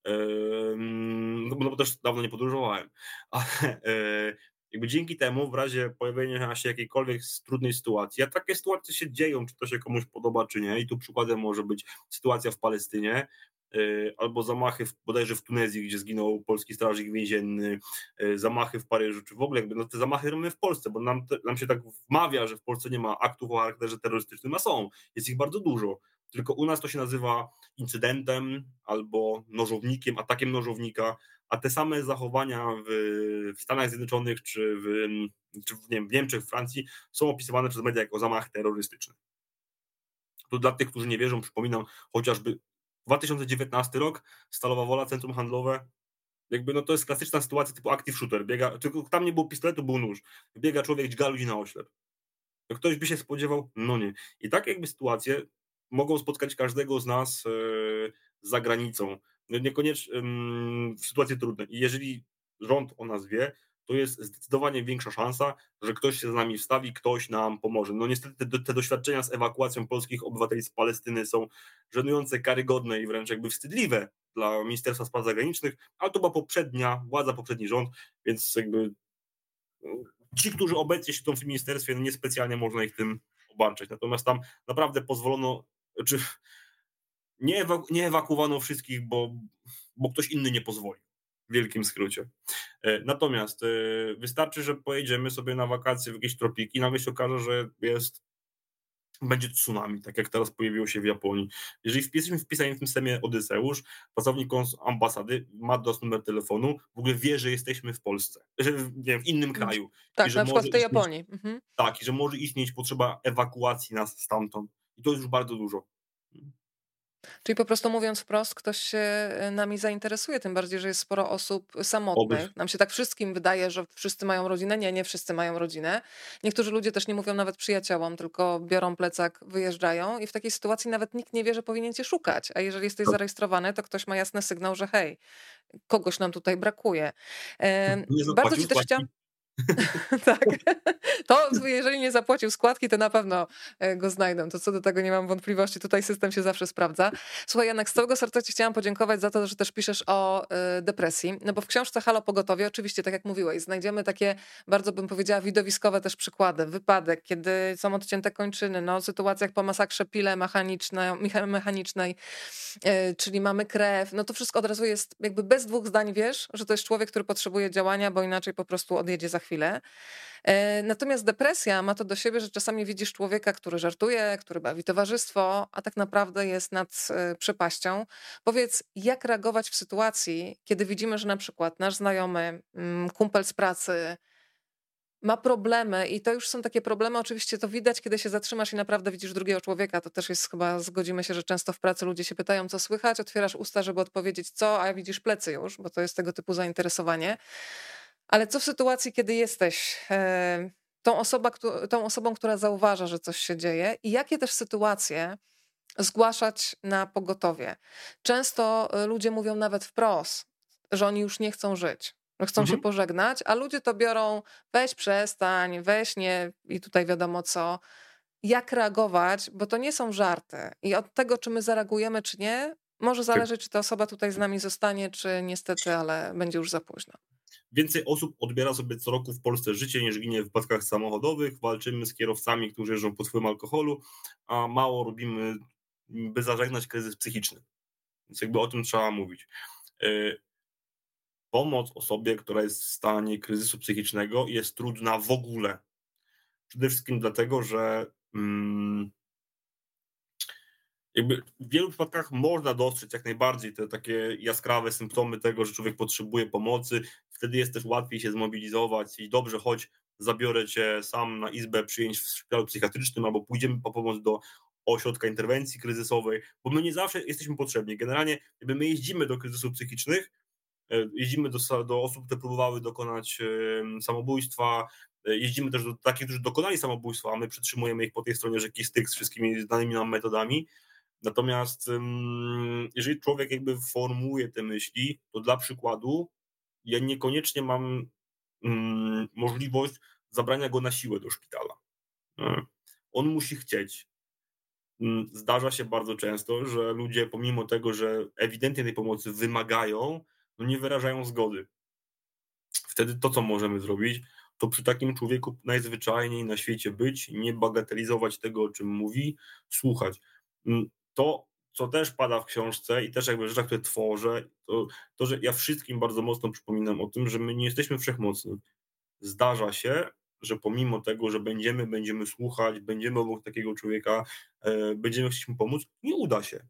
No bo też dawno nie podróżowałem. Ale jakby dzięki temu w razie pojawienia się jakiejkolwiek trudnej sytuacji, a takie sytuacje się dzieją, czy to się komuś podoba, czy nie, i tu przykładem może być sytuacja w Palestynie, albo zamachy w, bodajże w Tunezji, gdzie zginął polski strażnik więzienny, zamachy w Paryżu, czy w ogóle jakby no te zamachy robimy w Polsce, bo nam, te, nam się tak wmawia, że w Polsce nie ma aktów o charakterze terrorystycznym, a są, jest ich bardzo dużo, tylko u nas to się nazywa incydentem albo nożownikiem, atakiem nożownika, a te same zachowania w, w Stanach Zjednoczonych czy, w, czy w, nie wiem, w Niemczech, w Francji są opisywane przez media jako zamach terrorystyczny. To dla tych, którzy nie wierzą, przypominam chociażby dwa tysiące dziewiętnasty rok, Stalowa Wola, centrum handlowe, jakby no to jest klasyczna sytuacja typu active shooter, biega, tylko tam nie było pistoletu, był nóż, biega człowiek, dźga ludzi na oślep. To ktoś by się spodziewał? No nie. I tak jakby sytuacje mogą spotkać każdego z nas yy, za granicą. No niekoniecznie yy, w sytuacje trudne. I jeżeli rząd o nas wie, to jest zdecydowanie większa szansa, że ktoś się z nami wstawi, ktoś nam pomoże. No niestety te, te doświadczenia z ewakuacją polskich obywateli z Palestyny są żenujące, karygodne i wręcz jakby wstydliwe dla Ministerstwa Spraw Zagranicznych, ale to była poprzednia władza, poprzedni rząd, więc jakby ci, którzy obecnie siedzą w ministerstwie, no niespecjalnie można ich tym obarczać. Natomiast tam naprawdę pozwolono, czy nie, ewaku, nie ewakuowano wszystkich, bo, bo ktoś inny nie pozwolił. W wielkim skrócie. Natomiast wystarczy, że pojedziemy sobie na wakacje w jakieś tropiki i nagle się okaże, że jest będzie tsunami, tak jak teraz pojawiło się w Japonii. Jeżeli jesteśmy wpisani w tym systemie Odyseusz, pracownik ambasady ma do nas numer telefonu, w ogóle wie, że jesteśmy w Polsce, że nie wiem, w innym kraju.
Tak,
I że
na przykład
może
w tej
istnieć,
Japonii. Mhm.
tak, i że może istnieć potrzeba ewakuacji nas stamtąd. I to jest już bardzo dużo.
Czyli po prostu mówiąc wprost, ktoś się e, nami zainteresuje, tym bardziej, że jest sporo osób
Oby.
samotnych. Nam się tak wszystkim wydaje, że wszyscy mają rodzinę. Nie, nie wszyscy mają rodzinę. Niektórzy ludzie też nie mówią nawet przyjaciołom, tylko biorą plecak, wyjeżdżają i w takiej sytuacji nawet nikt nie wie, że powinien cię szukać. A jeżeli jesteś
Tak.
zarejestrowany, to ktoś ma jasny sygnał, że hej, kogoś nam tutaj brakuje. E,
Nie
Bardzo
zapłacił
ci też
składki.
chciałam. Tak. To jeżeli nie zapłacił składki, to na pewno e, go znajdą. To co do tego nie mam wątpliwości. Tutaj system się zawsze sprawdza. Słuchaj, Janek, z całego serca ci chciałam podziękować za to, że też piszesz o e, depresji. No bo w książce Halo Pogotowie, oczywiście, tak jak mówiłeś, znajdziemy takie, bardzo bym powiedziała, widowiskowe też przykłady. Wypadek, kiedy są odcięte kończyny, no, sytuacjach po masakrze pile mechanicznej, mecha- mechanicznej, e, czyli mamy krew. No to wszystko od razu jest jakby bez dwóch zdań wiesz, że to jest człowiek, który potrzebuje działania, bo inaczej po prostu odjedzie za chwilę. E, Natomiast depresja ma to do siebie, że czasami widzisz człowieka, który żartuje, który bawi towarzystwo, a tak naprawdę jest nad e, przepaścią. Powiedz, jak reagować w sytuacji, kiedy widzimy, że na przykład nasz znajomy, mm, kumpel z pracy ma problemy i to już są takie problemy, oczywiście to widać, kiedy się zatrzymasz i naprawdę widzisz drugiego człowieka. To też jest chyba, zgodzimy się, że często w pracy ludzie się pytają, co słychać, otwierasz usta, żeby odpowiedzieć co, a widzisz plecy już, bo to jest tego typu zainteresowanie. Ale co w sytuacji, kiedy jesteś e, tą, osoba, któ- tą osobą, która zauważa, że coś się dzieje i jakie też sytuacje zgłaszać na pogotowie? Często e, ludzie mówią nawet wprost, że oni już nie chcą żyć, że chcą się
Mhm.
pożegnać, a ludzie to biorą, weź przestań, weź nie i tutaj wiadomo co. Jak reagować, bo to nie są żarty i od tego, czy my zareagujemy, czy nie, może
Tak.
zależeć, czy ta osoba tutaj z nami zostanie, czy niestety, ale będzie już za późno.
Więcej osób odbiera sobie co roku w Polsce życie niż ginie w wypadkach samochodowych. Walczymy z kierowcami, którzy jeżdżą pod wpływem alkoholu, a mało robimy, by zażegnać kryzys psychiczny. Więc jakby o tym trzeba mówić. Y, Pomoc osobie, która jest w stanie kryzysu psychicznego, jest trudna w ogóle. Przede wszystkim dlatego, że mm, jakby w wielu przypadkach można dostrzec jak najbardziej te takie jaskrawe symptomy tego, że człowiek potrzebuje pomocy. Wtedy jest też łatwiej się zmobilizować i dobrze, chodź, zabiorę cię sam na izbę przyjęć w szpitalu psychiatrycznym albo pójdziemy po pomoc do ośrodka interwencji kryzysowej, bo my nie zawsze jesteśmy potrzebni. Generalnie jakby my jeździmy do kryzysów psychicznych, e, jeździmy do, do osób, które próbowały dokonać e, samobójstwa, e, jeździmy też do takich, którzy dokonali samobójstwa, a my przytrzymujemy ich po tej stronie rzeki Styx z wszystkimi znanymi nam metodami. Natomiast jeżeli człowiek jakby formuje te myśli, to dla przykładu ja niekoniecznie mam możliwość zabrania go na siłę do szpitala. On musi chcieć. Zdarza się bardzo często, że ludzie pomimo tego, że ewidentnie tej pomocy wymagają, no nie wyrażają zgody. Wtedy to, co możemy zrobić, to przy takim człowieku najzwyczajniej na świecie być, nie bagatelizować tego, o czym mówi, słuchać. To, co też pada w książce i też jakby rzeczach, które tworzę, to, to, że ja wszystkim bardzo mocno przypominam o tym, że my nie jesteśmy wszechmocni. Zdarza się, że pomimo tego, że będziemy, będziemy słuchać, będziemy obok takiego człowieka, e, będziemy chcieć mu pomóc, nie uda się.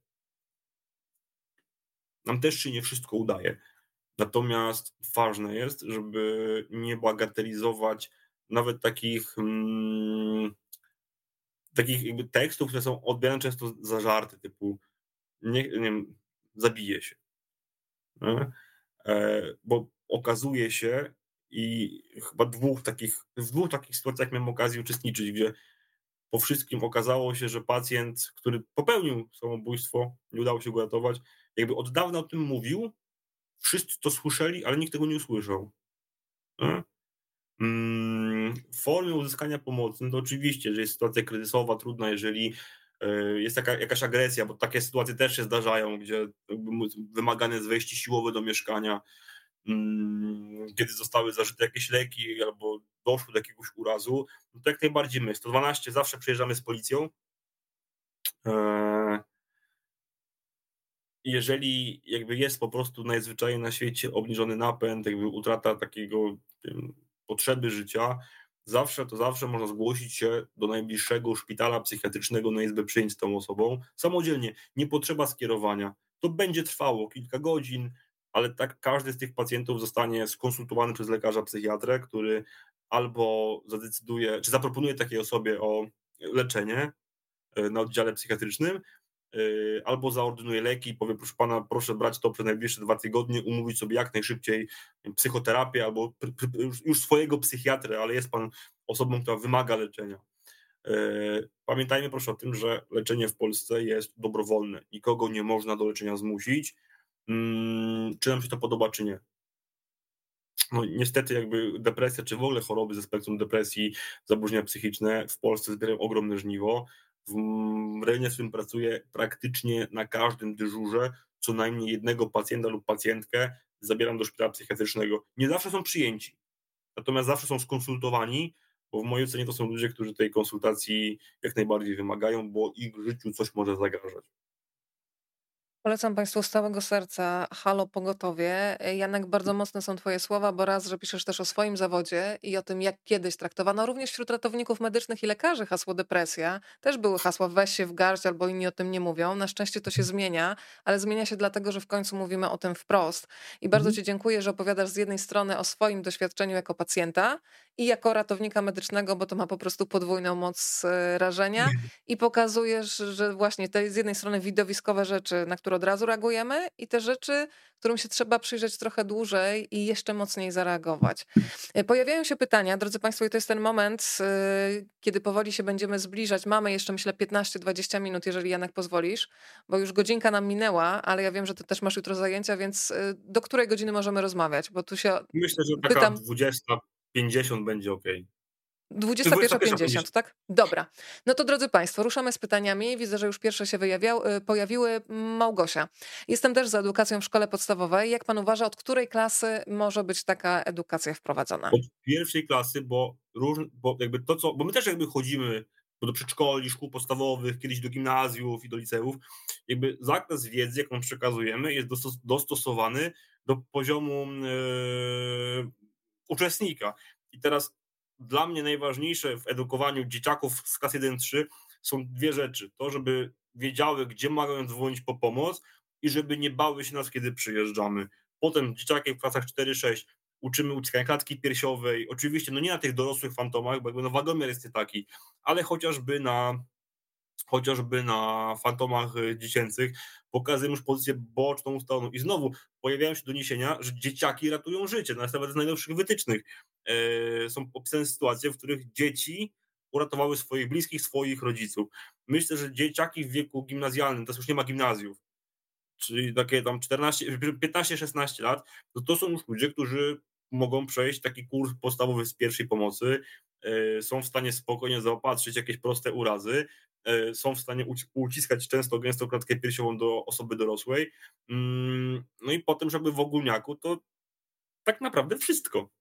Nam też się nie wszystko udaje. Natomiast ważne jest, żeby nie bagatelizować nawet takich, mm, takich jakby tekstów, które są odbierane często za żarty, typu nie, nie wiem, zabije się. Nie? E, bo okazuje się i chyba dwóch takich, w dwóch takich sytuacjach miałem okazję uczestniczyć, gdzie po wszystkim okazało się, że pacjent, który popełnił samobójstwo, nie udało się go ratować, jakby od dawna o tym mówił, wszyscy to słyszeli, ale nikt tego nie usłyszał. Nie? Mm, W formie uzyskania pomocy, no to oczywiście, że jest sytuacja kryzysowa, trudna, jeżeli e, jest taka, jakaś agresja, bo takie sytuacje też się zdarzają, gdzie jakby wymagane jest wejście siłowe do mieszkania, mm, kiedy zostały zażyte jakieś leki albo doszło do jakiegoś urazu, no to jak najbardziej my. sto dwanaście zawsze przyjeżdżamy z policją. E, Jeżeli jakby jest po prostu najzwyczajniej na świecie obniżony napęd, jakby utrata takiego wiem, potrzeby życia, zawsze to zawsze można zgłosić się do najbliższego szpitala psychiatrycznego na izbę przyjęć z tą osobą samodzielnie. Nie potrzeba skierowania. To będzie trwało kilka godzin, ale tak każdy z tych pacjentów zostanie skonsultowany przez lekarza psychiatrę, który albo zadecyduje, czy zaproponuje takiej osobie o leczenie, na oddziale psychiatrycznym, albo zaordynuje leki i powie, proszę pana, proszę brać to przez najbliższe dwa tygodnie, umówić sobie jak najszybciej psychoterapię albo już swojego psychiatrę, ale jest pan osobą, która wymaga leczenia. Pamiętajmy proszę o tym, że leczenie w Polsce jest dobrowolne. Nikogo nie można do leczenia zmusić, czy nam się to podoba, czy nie. No niestety jakby depresja, czy w ogóle choroby ze spektrum depresji, zaburzenia psychiczne w Polsce zbierają ogromne żniwo. W rejonie, w którym pracuję, praktycznie na każdym dyżurze co najmniej jednego pacjenta lub pacjentkę zabieram do szpitala psychiatrycznego. Nie zawsze są przyjęci, natomiast zawsze są skonsultowani, bo w mojej ocenie to są ludzie, którzy tej konsultacji jak najbardziej wymagają, bo ich życiu coś może zagrażać.
Polecam Państwu z całego serca Halo Pogotowie. Janek, bardzo mocne są Twoje słowa, bo raz, że piszesz też o swoim zawodzie i o tym, jak kiedyś traktowano również wśród ratowników medycznych i lekarzy hasło depresja. Też były hasła weź się w garść, albo inni o tym nie mówią. Na szczęście to się zmienia, ale zmienia się dlatego, że w końcu mówimy o tym wprost. I bardzo
Mhm.
Ci dziękuję, że opowiadasz z jednej strony o swoim doświadczeniu jako pacjenta i jako ratownika medycznego, bo to ma po prostu podwójną moc e, rażenia i pokazujesz, że właśnie te z jednej strony widowiskowe rzeczy, na które od razu reagujemy i te rzeczy, którym się trzeba przyjrzeć trochę dłużej i jeszcze mocniej zareagować. E, Pojawiają się pytania, drodzy Państwo, i to jest ten moment, e, kiedy powoli się będziemy zbliżać. Mamy jeszcze, myślę, piętnaście dwadzieścia minut, jeżeli Janek pozwolisz, bo już godzinka nam minęła, ale ja wiem, że Ty też masz jutro zajęcia, więc e, do której godziny możemy rozmawiać? Bo tu się
Myślę, że taka
pytam.
dwudziesta pięćdziesiąt będzie ok.
dwudziesta pierwsza pięćdziesiąt, tak? Dobra. No to drodzy Państwo, ruszamy z pytaniami. Widzę, że już pierwsze się wyjawiał, y, pojawiły. Małgosia. Jestem też za edukacją w szkole podstawowej. Jak Pan uważa, od której klasy może być taka edukacja wprowadzona?
Od pierwszej klasy, bo, róż, bo jakby to, co, bo my też jakby chodzimy do przedszkoli, szkół podstawowych, kiedyś do gimnazjów i do liceów, jakby zakres wiedzy, jaką przekazujemy, jest dostos, dostosowany do poziomu yy, uczestnika. I teraz dla mnie najważniejsze w edukowaniu dzieciaków z klas jeden trzy są dwie rzeczy. To, żeby wiedziały, gdzie mają dzwonić po pomoc i żeby nie bały się nas, kiedy przyjeżdżamy. Potem dzieciaki w klasach cztery sześć uczymy uciskania klatki piersiowej. Oczywiście, no nie na tych dorosłych fantomach, bo jakby no wagomiar jest taki, ale chociażby na chociażby na fantomach dziecięcych, pokazują już pozycję boczną, ustaloną. I znowu pojawiają się doniesienia, że dzieciaki ratują życie. Nawet z najnowszych wytycznych e, są opisane sytuacje, w których dzieci uratowały swoich bliskich, swoich rodziców. Myślę, że dzieciaki w wieku gimnazjalnym, teraz już nie ma gimnazjów, czyli takie tam czternaście, piętnaście szesnaście lat, to to są już ludzie, którzy mogą przejść taki kurs podstawowy z pierwszej pomocy, są w stanie spokojnie zaopatrzyć jakieś proste urazy, są w stanie uciskać często gęstą klatkę piersiową do osoby dorosłej. No i potem, żeby w ogólniaku, to tak naprawdę wszystko.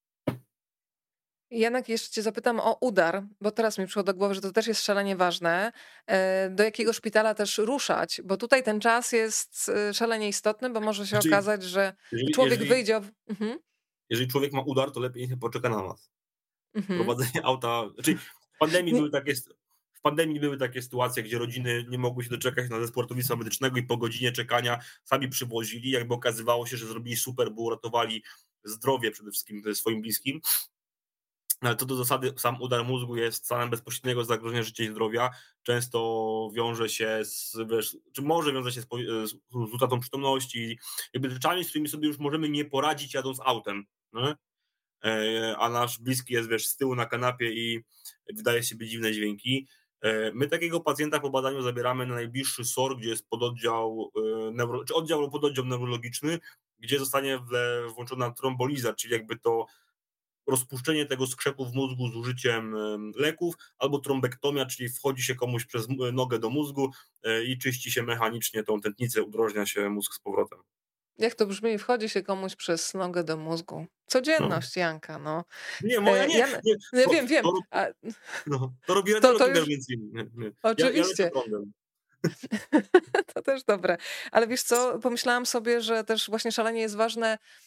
Janek, jeszcze cię zapytam o udar, bo teraz mi przyszło do głowy, że to też jest szalenie ważne. E, Do jakiego szpitala też ruszać? Bo tutaj ten czas jest e, szalenie istotny, bo może się
Znaczy,
okazać, że
jeżeli,
człowiek
jeżeli,
wyjdzie... w- Mhm,
jeżeli człowiek ma udar, to lepiej niech poczeka na nas.
mhm.
Prowadzenie auta. Znaczy w pandemii
Nie-
były takie. W pandemii były takie sytuacje, gdzie rodziny nie mogły się doczekać na zespół ratownictwa medycznego i po godzinie czekania sami przywozili. Jakby okazywało się, że zrobili super, bo uratowali zdrowie przede wszystkim swoim bliskim. Ale to do zasady sam udar mózgu jest stanem bezpośredniego zagrożenia życia i zdrowia. Często wiąże się z, wiesz, czy może wiązać się z, z, z utratą przytomności, jakby rzeczami, z którymi sobie już możemy nie poradzić jadąc autem. Nie? A nasz bliski jest, wiesz, z tyłu na kanapie i wydaje się być dziwne dźwięki. My takiego pacjenta po badaniu zabieramy na najbliższy S O R, gdzie jest pododdział, neuro, czy oddział lub pododdział neurologiczny, gdzie zostanie włączona tromboliza, czyli jakby to rozpuszczenie tego skrzepu w mózgu z użyciem leków, albo trombektomia, czyli wchodzi się komuś przez nogę do mózgu i czyści się mechanicznie tą tętnicę, udrożnia się mózg z powrotem.
Jak to brzmi, wchodzi się komuś przez nogę do mózgu. Codzienność,
No.
Janka, no.
Nie, moja
E,
nie.
Jan...
nie
No,
to,
wiem, wiem.
To,
A,
no, to robi
to, to
radiolog
już...
interwencyjny. Nie, nie. Ja, ja lecę
Oczywiście.
prądem.
To też dobre. Ale wiesz co, pomyślałam sobie, że też właśnie szalenie jest ważne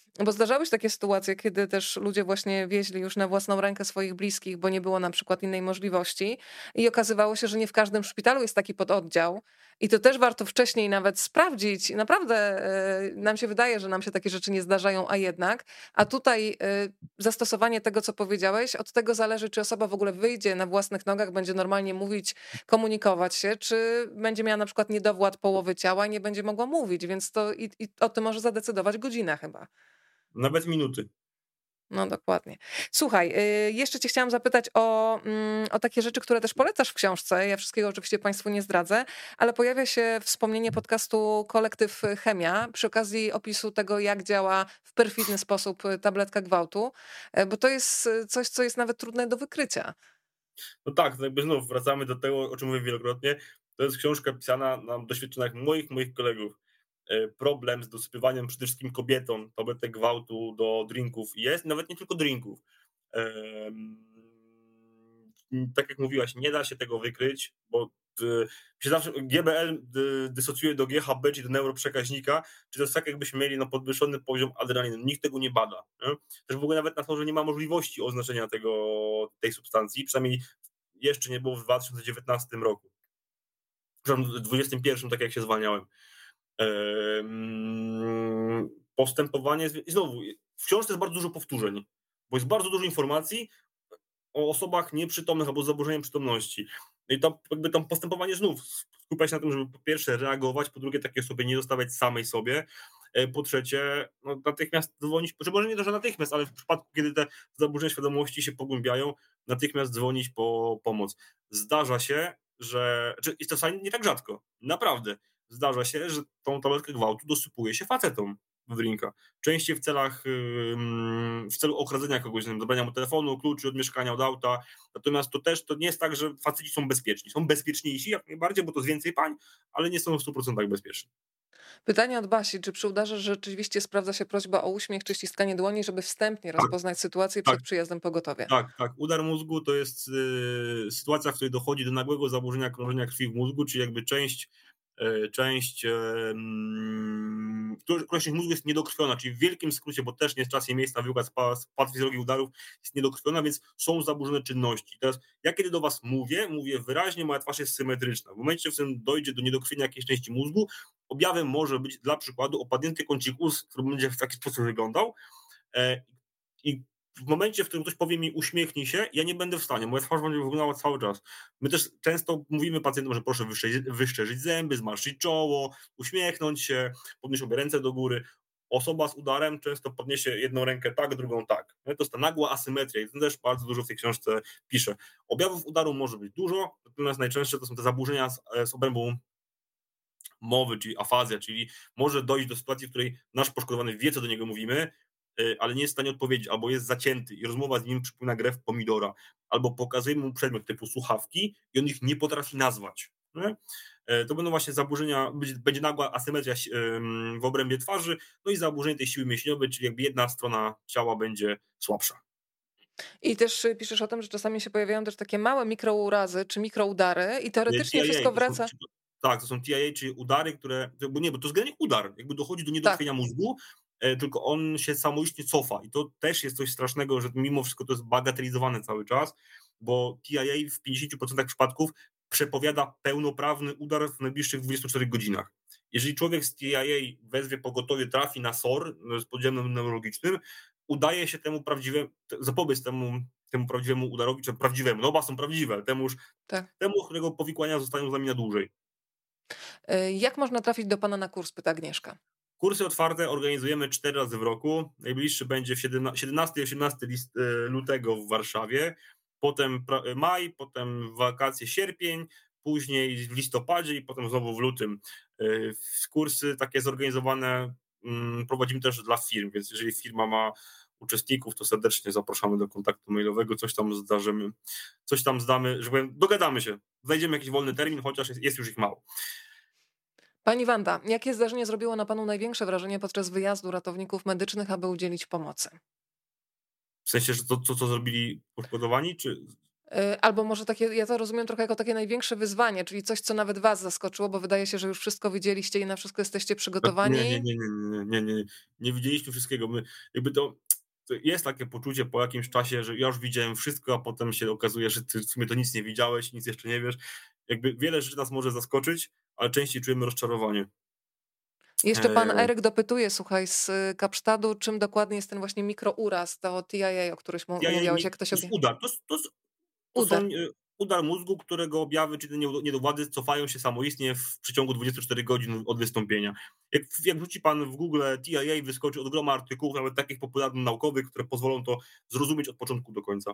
Bo zdarzały się takie sytuacje, kiedy też ludzie właśnie wieźli już na własną rękę swoich bliskich, bo nie było na przykład innej możliwości i okazywało się, że nie w każdym szpitalu jest taki pododdział i to też warto wcześniej nawet sprawdzić. I naprawdę e, nam się wydaje, że nam się takie rzeczy nie zdarzają, a jednak. A tutaj e, zastosowanie tego, co powiedziałeś, od tego zależy, czy osoba w ogóle wyjdzie na własnych nogach, będzie normalnie mówić, komunikować się, czy będzie miała na przykład niedowład połowy ciała i nie będzie mogła mówić, więc to i, i o tym może zadecydować godzina chyba.
Nawet minuty.
No dokładnie. Słuchaj, y, jeszcze cię chciałam zapytać o, mm, o takie rzeczy, które też polecasz w książce. Ja wszystkiego oczywiście państwu nie zdradzę, ale pojawia się wspomnienie podcastu Kolektyw Chemia przy okazji opisu tego, jak działa w perfidny sposób tabletka gwałtu, y, bo to jest y, coś, co jest nawet trudne do wykrycia.
No tak, to jakby znów wracamy do tego, o czym mówię wielokrotnie. To jest książka pisana na doświadczeniach moich, moich kolegów. Problem z dosypywaniem przede wszystkim kobietom tabletek gwałtu do drinków jest, nawet nie tylko drinków. Tak jak mówiłaś, nie da się tego wykryć, bo się zawsze G B L dysocjuje do G H B, czyli do neuroprzekaźnika, czy to jest tak, jakbyśmy mieli no, podwyższony poziom adrenaliny. Nikt tego nie bada. Nie? Też w ogóle nawet na to, że nie ma możliwości oznaczenia tego, tej substancji, przynajmniej jeszcze nie było w dwa tysiące dziewiętnastym roku. W dwudziestym pierwszym, tak jak się zwalniałem. Postępowanie, i znowu, w książce jest bardzo dużo powtórzeń, bo jest bardzo dużo informacji o osobach nieprzytomnych albo z zaburzeniem przytomności. I to jakby tam postępowanie znów skupia się na tym, żeby po pierwsze reagować, po drugie takiej osobie nie zostawiać samej sobie, po trzecie no, natychmiast dzwonić, czy może nie to, że natychmiast, ale w przypadku, kiedy te zaburzenia świadomości się pogłębiają, natychmiast dzwonić po pomoc. Zdarza się, że, czy jest to nie tak rzadko, naprawdę, zdarza się, że tą tabletkę gwałtu dosypuje się facetom w drinka. Częściej w celach, w celu okradzenia kogoś, zabrania mu telefonu, kluczy od mieszkania, od auta. Natomiast to też to nie jest tak, że faceci są bezpieczni. Są bezpieczniejsi jak najbardziej, bo to jest więcej pań, ale nie są w stu procentach bezpieczni.
Pytanie od Basi, czy przy udarze rzeczywiście sprawdza się prośba o uśmiech czy ściskanie dłoni, żeby wstępnie
Tak,
rozpoznać sytuację
tak,
przed przyjazdem pogotowia?
Tak, tak. Udar mózgu to jest y, sytuacja, w której dochodzi do nagłego zaburzenia krążenia krwi w mózgu, czyli jakby część część, któraś część mózgu jest niedokrwiona, czyli w wielkim skrócie, bo też nie jest czas i miejsce na wykład patofizjologii udarów, jest niedokrwiona, więc są zaburzone czynności. Teraz ja kiedy do was mówię, mówię wyraźnie, moja twarz jest symetryczna. W momencie, w którym dojdzie do niedokrwienia jakiejś części mózgu, objawem może być dla przykładu opadnięty kącik ust, który będzie w taki sposób wyglądał i w momencie, w którym ktoś powie mi uśmiechnij się, ja nie będę w stanie, moja twarz będzie wyglądała cały czas. My też często mówimy pacjentom, że proszę wyszczerzyć, wyszczerzyć zęby, zmarszczyć czoło, uśmiechnąć się, podnieść obie ręce do góry. Osoba z udarem często podniesie jedną rękę tak, drugą tak. To jest ta nagła asymetria i to też bardzo dużo w tej książce pisze. Objawów udaru może być dużo, natomiast najczęstsze to są te zaburzenia z, z obrębu mowy, czyli afazja, czyli może dojść do sytuacji, w której nasz poszkodowany wie, co do niego mówimy, ale nie jest w stanie odpowiedzieć, albo jest zacięty i rozmowa z nim przypomina grę w pomidora, albo pokazujemy mu przedmiot typu słuchawki i on ich nie potrafi nazwać. Nie? To będą właśnie zaburzenia, będzie nagła asymetria w obrębie twarzy, no i zaburzenie tej siły mięśniowej, czyli jakby jedna strona ciała będzie słabsza.
I też piszesz o tym, że czasami się pojawiają też takie małe mikrourazy czy mikroudary i teoretycznie
T I A,
wszystko
to są,
wraca...
tak, to są T I A, czyli udary, które, bo nie, bo to jest generalnie udar, jakby dochodzi do niedokrwienia tak. mózgu, tylko on się samoistnie cofa i to też jest coś strasznego, że mimo wszystko to jest bagatelizowane cały czas, bo T I A w pięćdziesięciu procentach przypadków przepowiada pełnoprawny udar w najbliższych dwudziestu czterech godzinach. Jeżeli człowiek z T I A wezwie pogotowie, trafi na S O R z podziemnym neurologicznym, udaje się temu prawdziwemu, zapobiec temu, temu prawdziwemu udarowi, czy prawdziwemu, no oba są prawdziwe, ale temuż, tak. temu, którego powikłania zostają z nami na dłużej.
Jak można trafić do pana na kurs, pyta Agnieszka?
Kursy otwarte organizujemy cztery razy w roku. Najbliższy będzie w siedemnastego i osiemnastego lutego w Warszawie, potem maj, potem wakacje sierpień, później w listopadzie i potem znowu w lutym. Kursy takie zorganizowane prowadzimy też dla firm, więc jeżeli firma ma uczestników, to serdecznie zapraszamy do kontaktu mailowego, coś tam zdarzymy, coś tam zdamy, że powiem, dogadamy się, znajdziemy jakiś wolny termin, chociaż jest, jest już ich mało.
Pani Wanda, jakie zdarzenie zrobiło na panu największe wrażenie podczas wyjazdu ratowników medycznych, aby udzielić pomocy?
W sensie, że to, co, co zrobili poszkodowani, czy...
Y, Albo może takie, ja to rozumiem trochę jako takie największe wyzwanie, czyli coś, co nawet was zaskoczyło, bo wydaje się, że już wszystko widzieliście i na wszystko jesteście
Nie, nie,
przygotowani.
nie, nie, nie, nie, nie, nie, nie widzieliśmy wszystkiego. My, jakby to, to jest takie poczucie po jakimś czasie, że ja już widziałem wszystko, a potem się okazuje, że ty w sumie to nic nie widziałeś, nic jeszcze nie wiesz. Jakby wiele rzeczy nas może zaskoczyć, ale częściej czujemy rozczarowanie.
Jeszcze pan
E,
Eryk dopytuje, słuchaj, z y, Kapsztadu, czym dokładnie jest ten właśnie mikrouraz, to T I A, o którymś mu-
Ja, ja,
mówiłeś,
mi-
jak to
to
się
jest
obie...
udar, to, jest- to, jest- to są
Udar.
e, udar mózgu, którego objawy czy te niedo- niedowłady cofają się samoistnie w przeciągu dwudziestu czterech godzin od wystąpienia. Jak, jak wrzuci pan w Google T I A, wyskoczy od groma artykułów, nawet takich popularnych naukowych, które pozwolą to zrozumieć od początku do końca.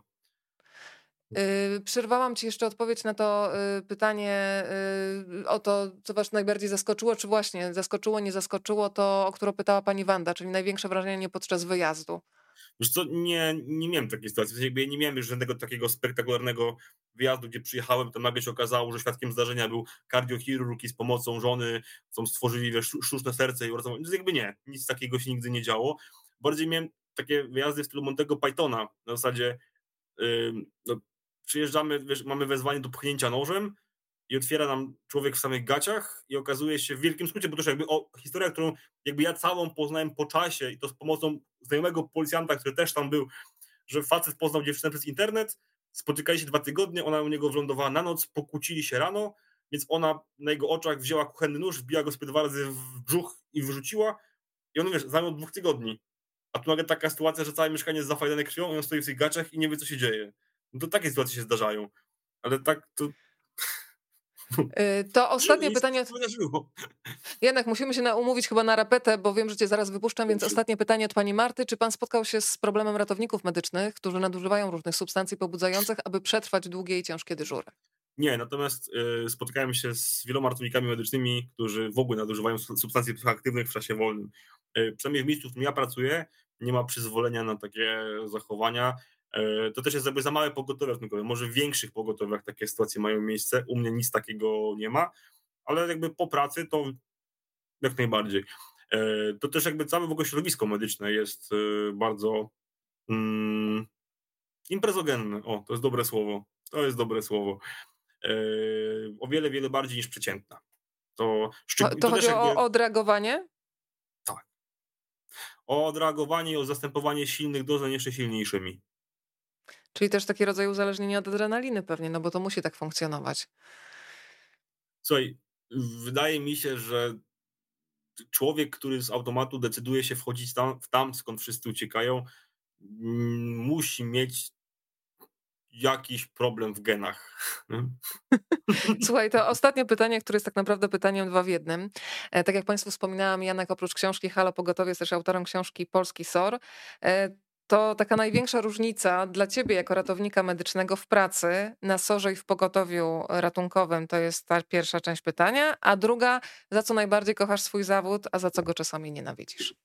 Yy, przerwałam ci jeszcze odpowiedź na to yy, pytanie yy, o to, co was najbardziej zaskoczyło, czy właśnie zaskoczyło, nie zaskoczyło to, o które pytała pani Wanda, czyli największe wrażenie podczas wyjazdu.
Wiesz co, nie, nie miałem takiej sytuacji. W sensie jakby ja nie miałem już żadnego takiego spektakularnego wyjazdu, gdzie przyjechałem, to nagle się okazało, że świadkiem zdarzenia był kardiochirurg i z pomocą żony są stworzyli wiesz, sztuczne serce i uratowanie. Więc jakby nie, nic takiego się nigdy nie działo. Bardziej miałem takie wyjazdy w stylu Montego Pythona. Na zasadzie ym, no, przyjeżdżamy, wiesz, mamy wezwanie do pchnięcia nożem i otwiera nam człowiek w samych gaciach i okazuje się w wielkim skrócie, bo też jakby o, historia, którą jakby ja całą poznałem po czasie i to z pomocą znajomego policjanta, który też tam był, że facet poznał dziewczynę przez internet, spotykali się dwa tygodnie, ona u niego wylądowała na noc, pokłócili się rano, więc ona na jego oczach wzięła kuchenny nóż, wbiła go sobie dwa razy w brzuch i wyrzuciła i on, wiesz, zajął dwóch tygodni. A tu nagle taka sytuacja, że całe mieszkanie jest zafajane krwią i on stoi w tych gaciach i nie wie, co się dzieje. No to takie sytuacje się zdarzają. Ale tak to...
Yy, to ostatnie
Nic się
pytanie.
nie wydarzyło.
Jednak musimy się na, umówić chyba na repetę, bo wiem, że cię zaraz wypuszczam, więc ostatnie pytanie od pani Marty. Czy pan spotkał się z problemem ratowników medycznych, którzy nadużywają różnych substancji pobudzających, aby przetrwać długie i ciężkie dyżury?
Nie, natomiast y, spotkałem się z wieloma ratownikami medycznymi, którzy w ogóle nadużywają su- substancji psychoaktywnych w czasie wolnym. Y, przynajmniej w miejscu, w którym ja pracuję, nie ma przyzwolenia na takie zachowania. Y, to też jest jakby za małe pogotowie ratunkowe. Może w większych pogotowiach takie sytuacje mają miejsce. U mnie nic takiego nie ma, ale jakby po pracy to jak najbardziej. Y, to też jakby całe w ogóle środowisko medyczne jest y, bardzo mm, imprezogenne. O, to jest dobre słowo. To jest dobre słowo. Yy, o wiele, wiele bardziej niż przeciętna. To,
To,
szczeg-
to
to też
chodzi o
jakby
odreagowanie?
tak. O odreagowanie i o zastępowanie silnych doznań jeszcze silniejszymi.
Czyli też taki rodzaj uzależnienia od adrenaliny pewnie, no bo to musi tak funkcjonować.
Słuchaj, wydaje mi się, że człowiek, który z automatu decyduje się wchodzić tam, w tam skąd wszyscy uciekają, mm, musi mieć jakiś problem w genach.
Słuchaj, to ostatnie pytanie, które jest tak naprawdę pytaniem dwa w jednym. E, Tak jak Państwu wspominałam, Janek oprócz książki Halo Pogotowie jest też autorem książki Polski S O R. E, To taka największa różnica dla Ciebie jako ratownika medycznego w pracy na sorze i w pogotowiu ratunkowym to jest ta pierwsza część pytania, a druga, za co najbardziej kochasz swój zawód, a za co go czasami nienawidzisz?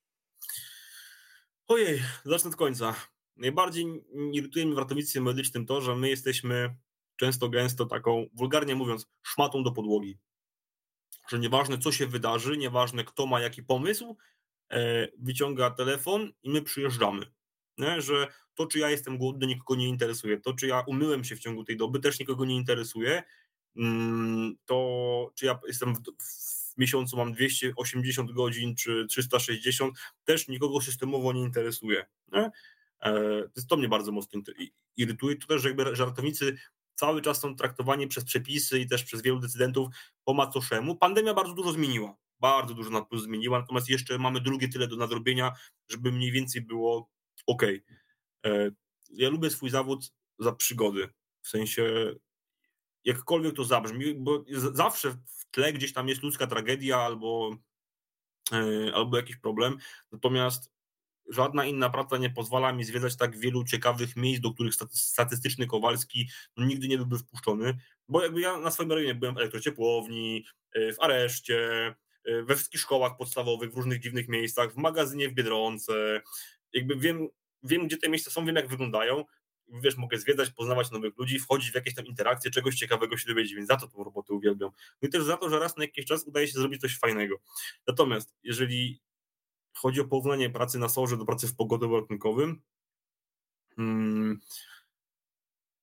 Ojej, zacznę od końca. Najbardziej irytuje mnie w ratownictwie medycznym to, że my jesteśmy często gęsto taką, wulgarnie mówiąc, szmatą do podłogi. Że nieważne co się wydarzy, nieważne kto ma jaki pomysł, e, wyciąga telefon i my przyjeżdżamy. Nie? Że to, czy ja jestem głodny, nikogo nie interesuje. To, czy ja umyłem się w ciągu tej doby, też nikogo nie interesuje. Mm, To, czy ja jestem w, w miesiącu mam dwieście osiemdziesiąt godzin, czy trzysta sześćdziesiąt, też nikogo systemowo nie interesuje. Nie? E, To, to mnie bardzo mocno irytuje. To też, że jakby żartownicy cały czas są traktowani przez przepisy i też przez wielu decydentów po macoszemu. Pandemia bardzo dużo zmieniła. Bardzo dużo na plus zmieniła, natomiast jeszcze mamy drugie tyle do nadrobienia, żeby mniej więcej było ok. Ja lubię swój zawód za przygody. W sensie, jakkolwiek to zabrzmi, bo zawsze w tle gdzieś tam jest ludzka tragedia albo, e, albo jakiś problem. Natomiast żadna inna praca nie pozwala mi zwiedzać tak wielu ciekawych miejsc, do których statystyczny Kowalski no, nigdy nie byłby wpuszczony, bo jakby ja na swoim rejonie byłem w elektrociepłowni, w areszcie, we wszystkich szkołach podstawowych, w różnych dziwnych miejscach, w magazynie w Biedronce, jakby wiem, wiem gdzie te miejsca są, wiem jak wyglądają, wiesz, mogę zwiedzać, poznawać nowych ludzi, wchodzić w jakieś tam interakcje, czegoś ciekawego się dowiedzieć, więc za to tą robotę uwielbiam. No i też za to, że raz na jakiś czas udaje się zrobić coś fajnego. Natomiast jeżeli chodzi o porównanie pracy na sorze do pracy w pogotowiu ratunkowym. Hmm.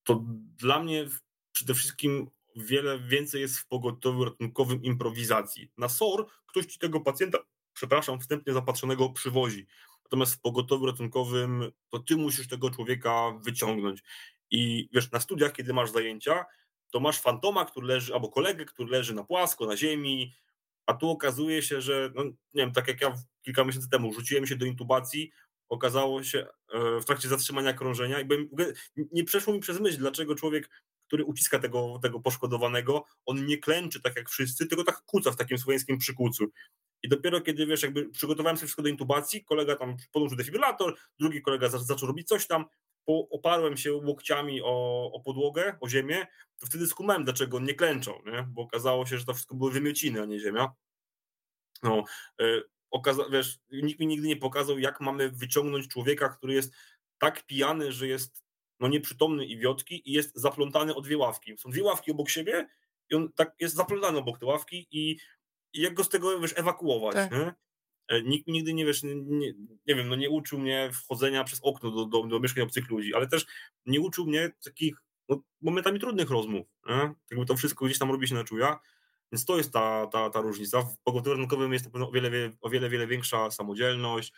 to dla mnie przede wszystkim wiele więcej jest w pogotowiu ratunkowym improwizacji. Na S O R ktoś ci tego pacjenta, przepraszam, wstępnie zapatrzonego przywozi. Natomiast w pogotowiu ratunkowym to ty musisz tego człowieka wyciągnąć. I wiesz, na studiach, kiedy masz zajęcia, to masz fantoma, który leży, albo kolegę, który leży na płasko, na ziemi, a tu okazuje się, że, no, nie wiem, tak jak ja kilka miesięcy temu rzuciłem się do intubacji, okazało się e, w trakcie zatrzymania krążenia i byłem, nie przeszło mi przez myśl, dlaczego człowiek, który uciska tego, tego poszkodowanego, on nie klęczy tak jak wszyscy, tylko tak kuca w takim słowiańskim przykucu. I dopiero kiedy, wiesz, jakby przygotowałem sobie wszystko do intubacji, kolega tam podłączył defibrylator, drugi kolega zaczął robić coś tam, oparłem się łokciami o, o podłogę, o ziemię, to wtedy skumałem, dlaczego on nie klęczał, nie? Bo okazało się, że to wszystko były wymiociny, a nie ziemia. No, y, okaza- wiesz, nikt mi nigdy nie pokazał, jak mamy wyciągnąć człowieka, który jest tak pijany, że jest no, nieprzytomny i wiotki i jest zaplątany o dwie ławki. Są dwie ławki obok siebie i on tak jest zaplątany obok te ławki i, i jak go z tego, wiesz, ewakuować,
Tak.
nie? Nikt mi nigdy nie, wiesz, nie, nie wiem, no nie uczył mnie wchodzenia przez okno do, do, do mieszkań obcych ludzi, ale też nie uczył mnie takich no, momentami trudnych rozmów. Nie? Jakby to wszystko gdzieś tam robi się na czuja. Więc to jest ta, ta, ta różnica. W pogotowiu ratunkowym jest na pewno o wiele, o wiele, wiele większa samodzielność.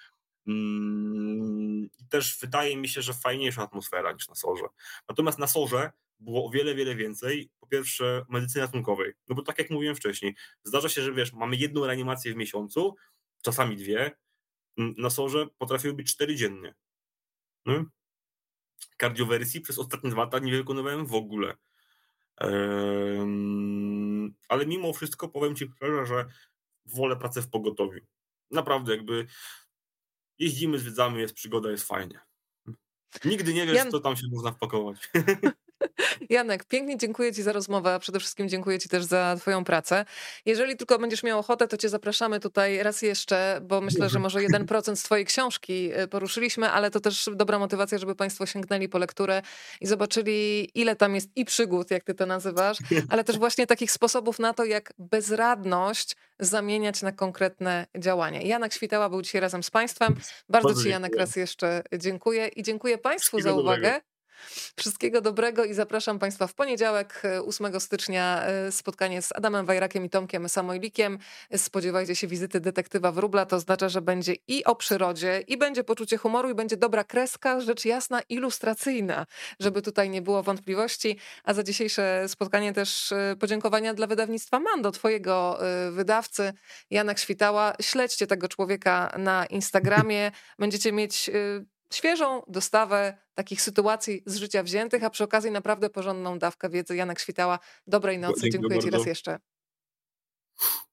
I też wydaje mi się, że fajniejsza atmosfera niż na S O R-ze. Natomiast na S O R-ze było o wiele, wiele więcej, po pierwsze, medycyny ratunkowej. No bo tak jak mówiłem wcześniej, zdarza się, że wiesz, mamy jedną reanimację w miesiącu, czasami dwie. Na S O R-ze potrafiły być cztery dziennie. No? Kardiowersji przez ostatnie dwa lata nie wykonywałem w ogóle. Um, ale mimo wszystko powiem ci szczerze, że wolę pracę w pogotowiu. Naprawdę, jakby jeździmy, zwiedzamy, jest przygoda, jest fajnie. Nigdy nie wiesz,
Jan...
co tam się można wpakować.
Janek, pięknie dziękuję ci za rozmowę, a przede wszystkim dziękuję ci też za twoją pracę. Jeżeli tylko będziesz miał ochotę, to cię zapraszamy tutaj raz jeszcze, bo myślę, że może jeden procent z twojej książki poruszyliśmy, ale to też dobra motywacja, żeby państwo sięgnęli po lekturę i zobaczyli, ile tam jest i przygód, jak ty to nazywasz, ale też właśnie takich sposobów na to, jak bezradność zamieniać na konkretne działania. Janek Świtała był dzisiaj razem z państwem. Bardzo, Bardzo ci, Janek, raz jeszcze dziękuję i dziękuję państwu za uwagę. Dobrego. Wszystkiego dobrego i zapraszam państwa w poniedziałek, ósmego stycznia, spotkanie z Adamem Wajrakiem i Tomkiem Samojlikiem. Spodziewajcie się wizyty detektywa Wróbla, to oznacza, że będzie i o przyrodzie, i będzie poczucie humoru, i będzie dobra kreska, rzecz jasna, ilustracyjna, żeby tutaj nie było wątpliwości. A za dzisiejsze spotkanie też podziękowania dla wydawnictwa Mando, twojego wydawcy, Janek Świtała. Śledźcie tego człowieka na Instagramie, będziecie mieć świeżą dostawę takich sytuacji z życia wziętych, a przy okazji naprawdę porządną dawkę wiedzy. Janek Świtała, dobrej nocy. Dziękuję, Dziękuję ci raz jeszcze.